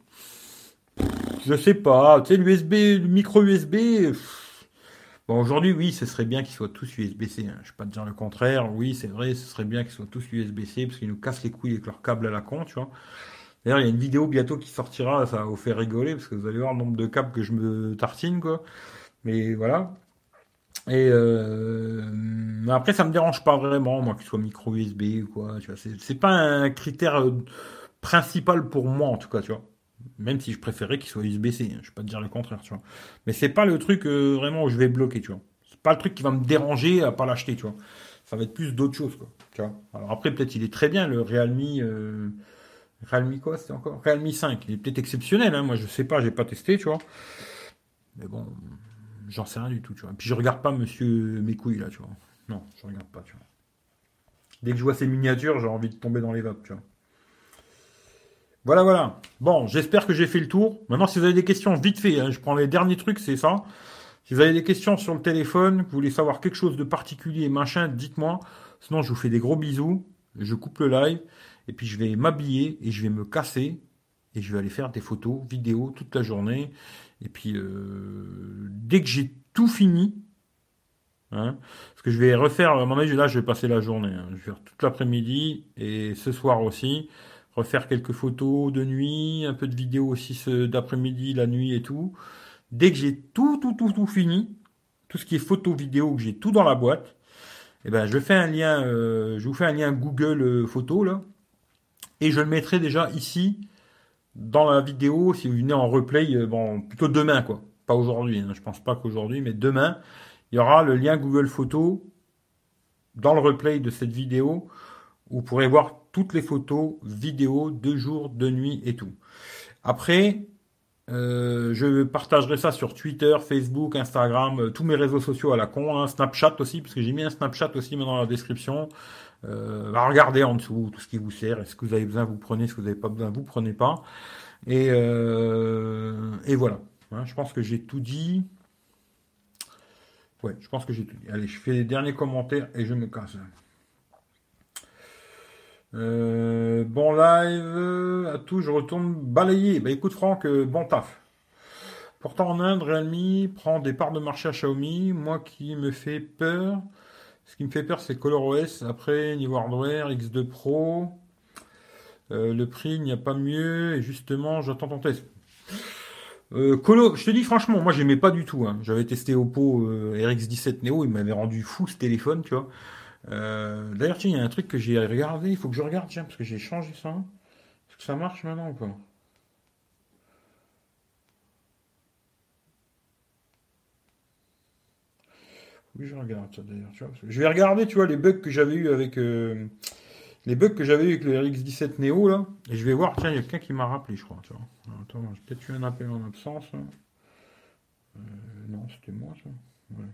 S1: Je sais pas, tu sais, l'U S B, le micro U S B. pff. Bon, aujourd'hui, oui, ce serait bien qu'ils soient tous U S B-C. Hein. Je vais pas te dire le contraire. Oui, c'est vrai, ce serait bien qu'ils soient tous U S B-C parce qu'ils nous cassent les couilles avec leurs câbles à la con, tu vois. D'ailleurs, il y a une vidéo bientôt qui sortira, ça va vous faire rigoler parce que vous allez voir le nombre de câbles que je me tartine, quoi. Mais voilà. Et euh, mais après, ça me dérange pas vraiment, moi, qu'il soit micro U S B ou quoi. Tu vois, c'est c'est pas un critère euh, principal pour moi, en tout cas, tu vois. Même si je préférais qu'il soit U S B-C, hein, je vais pas te dire le contraire, tu vois. Mais c'est pas le truc euh, vraiment où je vais bloquer, tu vois. C'est pas le truc qui va me déranger à pas l'acheter, tu vois. Ça va être plus d'autres choses, quoi. Tu vois. Alors après, peut-être il est très bien, le Realme. Euh, Realme quoi, c'était encore? Realme cinq. Il est peut-être exceptionnel, hein. Moi, je sais pas, j'ai pas testé, tu vois. Mais bon. J'en sais rien du tout, tu vois. Et puis je regarde pas Monsieur mes couilles là, tu vois. Non, je regarde pas, tu vois. Dès que je vois ces miniatures, j'ai envie de tomber dans les vapes, tu vois. Voilà, voilà. Bon, j'espère que j'ai fait le tour. Maintenant, si vous avez des questions, vite fait, hein, je prends les derniers trucs, c'est ça. Si vous avez des questions sur le téléphone, que vous voulez savoir quelque chose de particulier, machin, dites-moi. Sinon, je vous fais des gros bisous. Je coupe le live. Et puis, je vais m'habiller et je vais me casser. Et je vais aller faire des photos, vidéos toute la journée. Et puis, euh, dès que j'ai tout fini, hein, parce que je vais refaire, à mon avis, là, je vais passer la journée. Hein. Je vais faire toute l'après-midi et ce soir aussi. Refaire quelques photos de nuit, un peu de vidéos aussi ce- d'après-midi, la nuit et tout. Dès que j'ai tout, tout, tout, tout fini, tout ce qui est photo, vidéo, que j'ai tout dans la boîte, eh ben, je fais un lien, euh, je vous fais un lien Google euh, Photo, là. Et je le mettrai déjà ici dans la vidéo, si vous venez en replay, euh, bon, plutôt demain, quoi. Pas aujourd'hui, hein, je pense pas qu'aujourd'hui, mais demain, il y aura le lien Google Photos dans le replay de cette vidéo où vous pourrez voir toutes les photos, vidéos, de jour, de nuit et tout. Après, Euh, je partagerai ça sur Twitter, Facebook, Instagram, euh, tous mes réseaux sociaux à la con, hein, Snapchat aussi, parce que j'ai mis un Snapchat aussi maintenant dans la description. Euh, bah, regardez en dessous tout ce qui vous sert. Est-ce que vous avez besoin, vous prenez. Ce que vous n'avez pas besoin, vous prenez pas. Et, euh, et voilà. Hein, je pense que j'ai tout dit. Ouais, je pense que j'ai tout dit. Allez, je fais les derniers commentaires et je me casse. Euh, bon live euh, à tout, je retourne balayer. Bah écoute Franck, euh, bon taf. Pourtant en Inde, Realme prend des parts de marché à Xiaomi. Moi qui me fait peur, ce qui me fait peur c'est ColorOS. Après niveau hardware, X deux Pro, euh, le prix il n'y a pas mieux. Et justement, j'attends ton test. Euh, Colo, je te dis franchement, moi j'aimais pas du tout. Hein. J'avais testé Oppo euh, R X dix-sept Neo, il m'avait rendu fou ce téléphone, tu vois. Euh, d'ailleurs, tiens, il y a un truc que j'ai regardé, il faut que je regarde, tiens, parce que j'ai changé ça. Est-ce que ça marche maintenant ou pas? Oui, je regarde ça d'ailleurs, tu vois. Parce que je vais regarder, tu vois, les bugs que j'avais eu avec euh, les bugs que j'avais eu avec le R X dix-sept Neo là, et je vais voir, tiens, il y a quelqu'un qui m'a rappelé, je crois, tu vois. Alors, attends, j'ai peut-être eu un appel en absence. Hein. Euh, non, c'était moi ça. Ouais.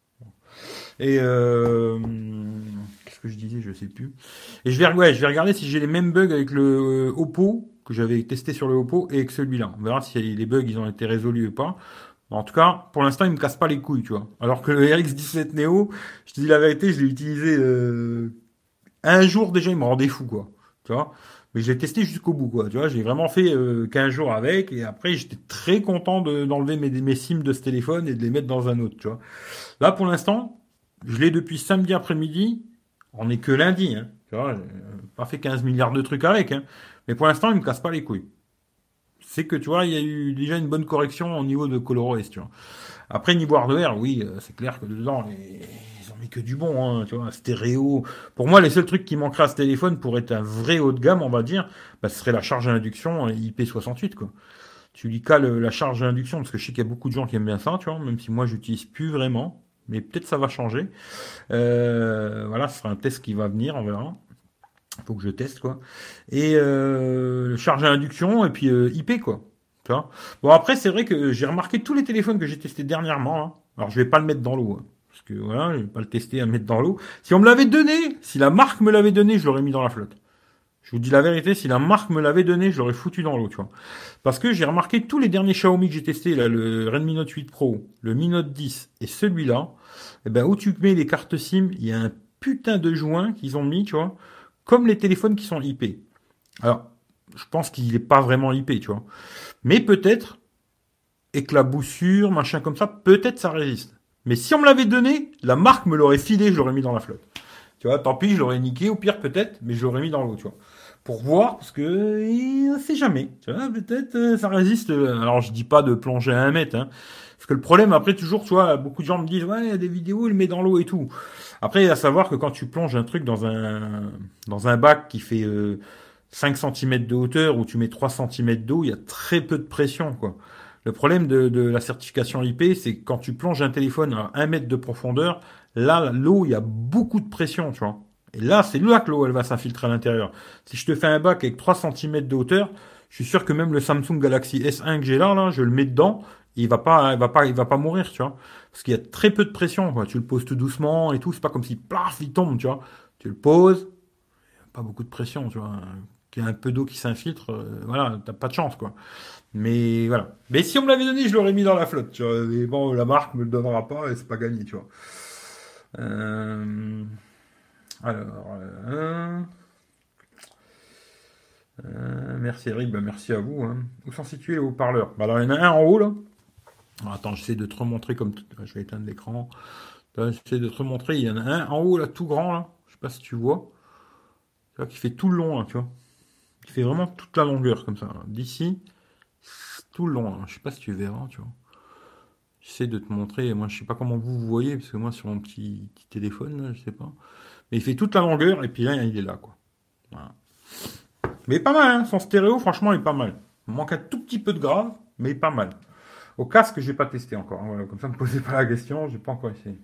S1: Et euh, qu'est-ce que je disais, je sais plus. Et je vais, ouais, je vais regarder si j'ai les mêmes bugs avec le euh, Oppo que j'avais testé sur le Oppo et avec celui-là. On verra si les bugs ils ont été résolus ou pas. En tout cas, pour l'instant, il me casse pas les couilles, tu vois. Alors que le R X dix-sept Neo, je te dis la vérité, je l'ai utilisé euh, un jour déjà, il me rendait fou, quoi. Tu vois. Mais je l'ai testé jusqu'au bout, quoi. Tu vois, j'ai vraiment fait euh, quinze jours avec et après, j'étais très content de- d'enlever mes, mes SIM de ce téléphone et de les mettre dans un autre, tu vois. Là, pour l'instant, je l'ai depuis samedi après-midi. On n'est que lundi, hein. Tu vois, j'ai pas fait quinze milliards de trucs avec, hein. Mais pour l'instant, il me casse pas les couilles. C'est que, tu vois, il y a eu déjà une bonne correction au niveau de ColorOS, tu vois. Après, niveau hardware, oui, euh, c'est clair que dedans, les- ils ont mis que du bon, hein, tu vois, stéréo. Pour moi, les seuls trucs qui manqueraient à ce téléphone pour être un vrai haut de gamme, on va dire, bah, ce serait la charge à induction I P soixante-huit, quoi. Tu lui cales euh, la charge à induction, parce que je sais qu'il y a beaucoup de gens qui aiment bien ça, tu vois, même si moi, j'utilise plus vraiment. Mais peut-être ça va changer. Euh, voilà, ce sera un test qui va venir, on verra. Il faut que je teste, quoi. Et euh, charge à induction, et puis euh, I P, quoi. Tu vois. Bon, après, c'est vrai que j'ai remarqué tous les téléphones que j'ai testés dernièrement. Hein. Alors, je vais pas le mettre dans l'eau. Hein, parce que voilà, je vais pas le tester à le mettre dans l'eau. Si on me l'avait donné, si la marque me l'avait donné, je l'aurais mis dans la flotte. Je vous dis la vérité, si la marque me l'avait donné, je l'aurais foutu dans l'eau, tu vois. Parce que j'ai remarqué tous les derniers Xiaomi que j'ai testés, là, le Redmi Note huit Pro, le Mi Note dix et celui-là, eh ben, où tu mets les cartes SIM, il y a un putain de joint qu'ils ont mis, tu vois, comme les téléphones qui sont I P. Alors, je pense qu'il n'est pas vraiment I P, tu vois. Mais peut-être, éclaboussure, machin comme ça, peut-être ça résiste. Mais si on me l'avait donné, la marque me l'aurait filé, je l'aurais mis dans la flotte. Tu vois, tant pis, je l'aurais niqué, au pire peut-être, mais je l'aurais mis dans l'eau, tu vois. Pour voir, parce que on sait jamais. Tu vois, peut-être euh, ça résiste. Alors je dis pas de plonger à un mètre, hein. Parce que le problème, après, toujours, tu vois, beaucoup de gens me disent, ouais, il y a des vidéos, il met dans l'eau et tout. Après, à savoir que quand tu plonges un truc dans un, dans un bac qui fait euh, cinq centimètres de hauteur, où tu mets trois centimètres d'eau, il y a très peu de pression, quoi. Le problème de, de la certification I P, c'est que quand tu plonges un téléphone à un mètre de profondeur, là, l'eau, il y a beaucoup de pression, tu vois. Et là, c'est là que l'eau, elle va s'infiltrer à l'intérieur. Si je te fais un bac avec trois centimètres de hauteur, je suis sûr que même le Samsung Galaxy S un que j'ai là, là, je le mets dedans, il va pas, il va pas, il va pas mourir, tu vois. Parce qu'il y a très peu de pression, quoi. Tu le poses tout doucement et tout, c'est pas comme si, plaf, il tombe, tu vois. Tu le poses, pas beaucoup de pression, tu vois. Qu'il y a un peu d'eau qui s'infiltre, euh, voilà, t'as pas de chance, quoi. Mais voilà. Mais si on me l'avait donné, je l'aurais mis dans la flotte, tu vois. Mais bon, la marque me le donnera pas et c'est pas gagné, tu vois. Euh, alors, euh, euh, merci Eric, bah merci à vous. Hein. Où sont situés les haut-parleurs? Bah alors il y en a un en haut là. Alors, attends, j'essaie de te remontrer comme tout- je vais éteindre l'écran. Là, j'essaie de te remontrer. Il y en a un en haut là, tout grand là. Je sais pas si tu vois. Tu vois, qui fait tout le long là, tu vois. Qui fait vraiment toute la longueur comme ça. Là. D'ici, tout le long. Là. Je sais pas si tu verras, tu vois. J'essaie de te montrer. Moi, je sais pas comment vous vous voyez parce que moi sur mon petit, petit téléphone, là, je sais pas. Mais il fait toute la longueur et puis là, il est là quoi. Voilà. Mais pas mal, hein. Son stéréo, franchement, il est pas mal. Il manque un tout petit peu de grave, mais il est pas mal. Au casque, j'ai pas testé encore. Hein, voilà, comme ça, ne me posez pas la question, j'ai pas encore essayé.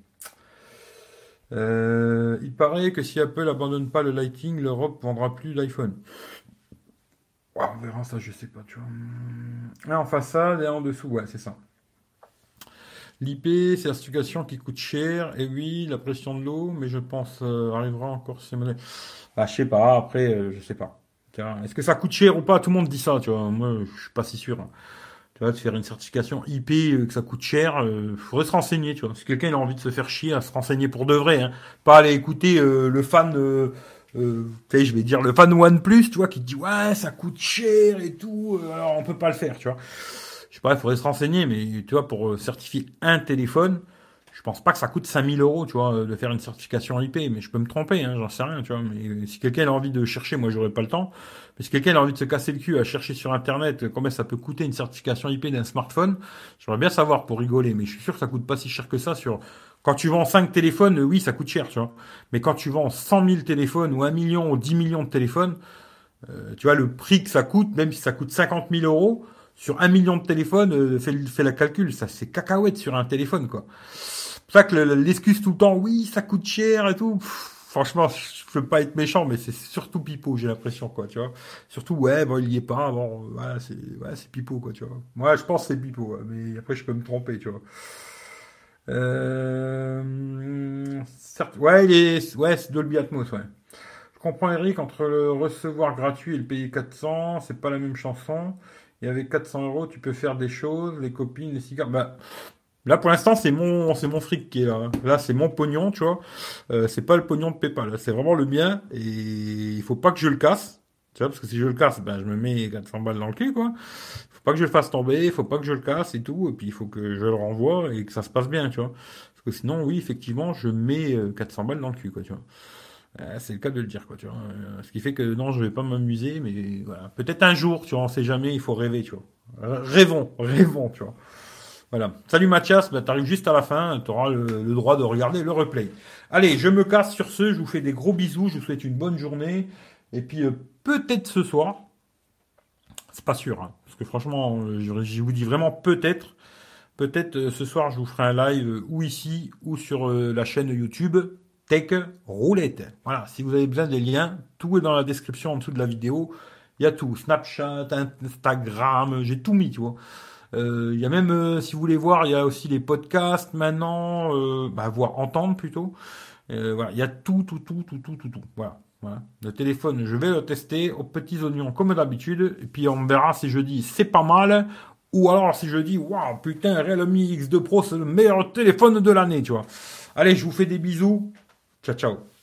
S1: Euh, il paraît que si Apple abandonne pas le Lighting, l'Europe vendra plus l'iPhone. Ouais, on verra ça, je sais pas, tu vois. Là, en façade et en dessous, ouais, c'est ça. L'I P, c'est la certification qui coûte cher. Et oui, la pression de l'eau, mais je pense euh, arrivera encore ces modèles. Bah, je sais pas, après, euh, je sais pas. Tu vois, est-ce que ça coûte cher ou pas? Tout le monde dit ça, tu vois. Moi, je suis pas si sûr, hein. Tu vois, de faire une certification I P, euh, que ça coûte cher, euh, faudrait se renseigner, tu vois. Si quelqu'un il a envie de se faire chier à se renseigner pour de vrai, hein. Pas aller écouter euh, le fan, euh, euh, tu sais, je vais dire le fan OnePlus, tu vois, qui te dit ouais, ça coûte cher et tout, euh, alors on peut pas le faire, tu vois. Je sais pas, il faudrait se renseigner, mais tu vois, pour euh, certifier un téléphone, je pense pas que ça coûte cinq mille euros, tu vois, euh, de faire une certification I P, mais je peux me tromper, hein, j'en sais rien, tu vois. Mais euh, si quelqu'un a envie de chercher, moi j'aurais pas le temps. Mais si quelqu'un a envie de se casser le cul à chercher sur Internet euh, combien ça peut coûter une certification I P d'un smartphone, j'aimerais bien savoir pour rigoler, mais je suis sûr que ça coûte pas si cher que ça sur... Quand tu vends cinq téléphones, euh, oui, ça coûte cher, tu vois. Mais quand tu vends cent mille téléphones ou un million ou dix millions de téléphones, euh, tu vois, le prix que ça coûte, même si ça coûte cinquante mille euros, sur un million de téléphones, euh, fais, fais la calcul, ça c'est cacahuète sur un téléphone, quoi. C'est pour ça que le- l'excuse tout le temps, oui, ça coûte cher et tout. Pff, franchement, je veux pas être méchant, mais c'est surtout pipeau, j'ai l'impression, quoi, tu vois. Surtout, ouais, bon, il y est pas, bon, voilà, c'est, ouais, c'est pipeau, quoi, tu vois. Moi, je pense que c'est pipeau, ouais, mais après, je peux me tromper, tu vois. Euh, certes, ouais, il est, ouais, c'est Dolby Atmos, ouais. Je comprends Eric, entre le recevoir gratuit et le payer quatre cents, c'est pas la même chanson. Et avec quatre cents euros, tu peux faire des choses, les copines, les cigares. Bah, là, pour l'instant, c'est mon, c'est mon fric qui est là, hein. Là, c'est mon pognon, tu vois. Euh, c'est pas le pognon de PayPal. Là, c'est vraiment le mien. Et il faut pas que je le casse. Tu vois, parce que si je le casse, ben, je me mets quatre cents balles dans le cul, quoi. Faut pas que je le fasse tomber, il faut pas que je le casse et tout. Et puis, il faut que je le renvoie et que ça se passe bien, tu vois. Parce que sinon, oui, effectivement, je mets euh, quatre cents balles dans le cul, quoi, tu vois. Euh, c'est le cas de le dire, quoi, tu vois. Euh, ce qui fait que non, je vais pas m'amuser, mais voilà. Peut-être un jour, tu vois, on sait jamais, il faut rêver, tu vois. Euh, Rêvons, rêvons, tu vois. Voilà. Salut Mathias, bah, t'arrives juste à la fin, tu auras le, le droit de regarder le replay. Allez, je me casse sur ce, je vous fais des gros bisous, je vous souhaite une bonne journée. Et puis euh, peut-être ce soir, c'est pas sûr, hein, parce que franchement, euh, je, je vous dis vraiment peut-être, peut-être euh, ce soir je vous ferai un live euh, ou ici ou sur euh, la chaîne YouTube Tech Roulette. Voilà, si vous avez besoin des liens, tout est dans la description en dessous de la vidéo. Il y a tout, Snapchat, Instagram, j'ai tout mis, tu vois. Euh, Il y a même, euh, si vous voulez voir, il y a aussi les podcasts maintenant, euh, bah, voir, entendre plutôt. Euh, voilà, il y a tout, tout, tout, tout, tout, tout, tout. Voilà, voilà. Le téléphone, je vais le tester aux petits oignons comme d'habitude, et puis on verra si je dis c'est pas mal, ou alors si je dis waouh, putain, Realme X deux Pro, c'est le meilleur téléphone de l'année, tu vois. Allez, je vous fais des bisous. Ciao, ciao.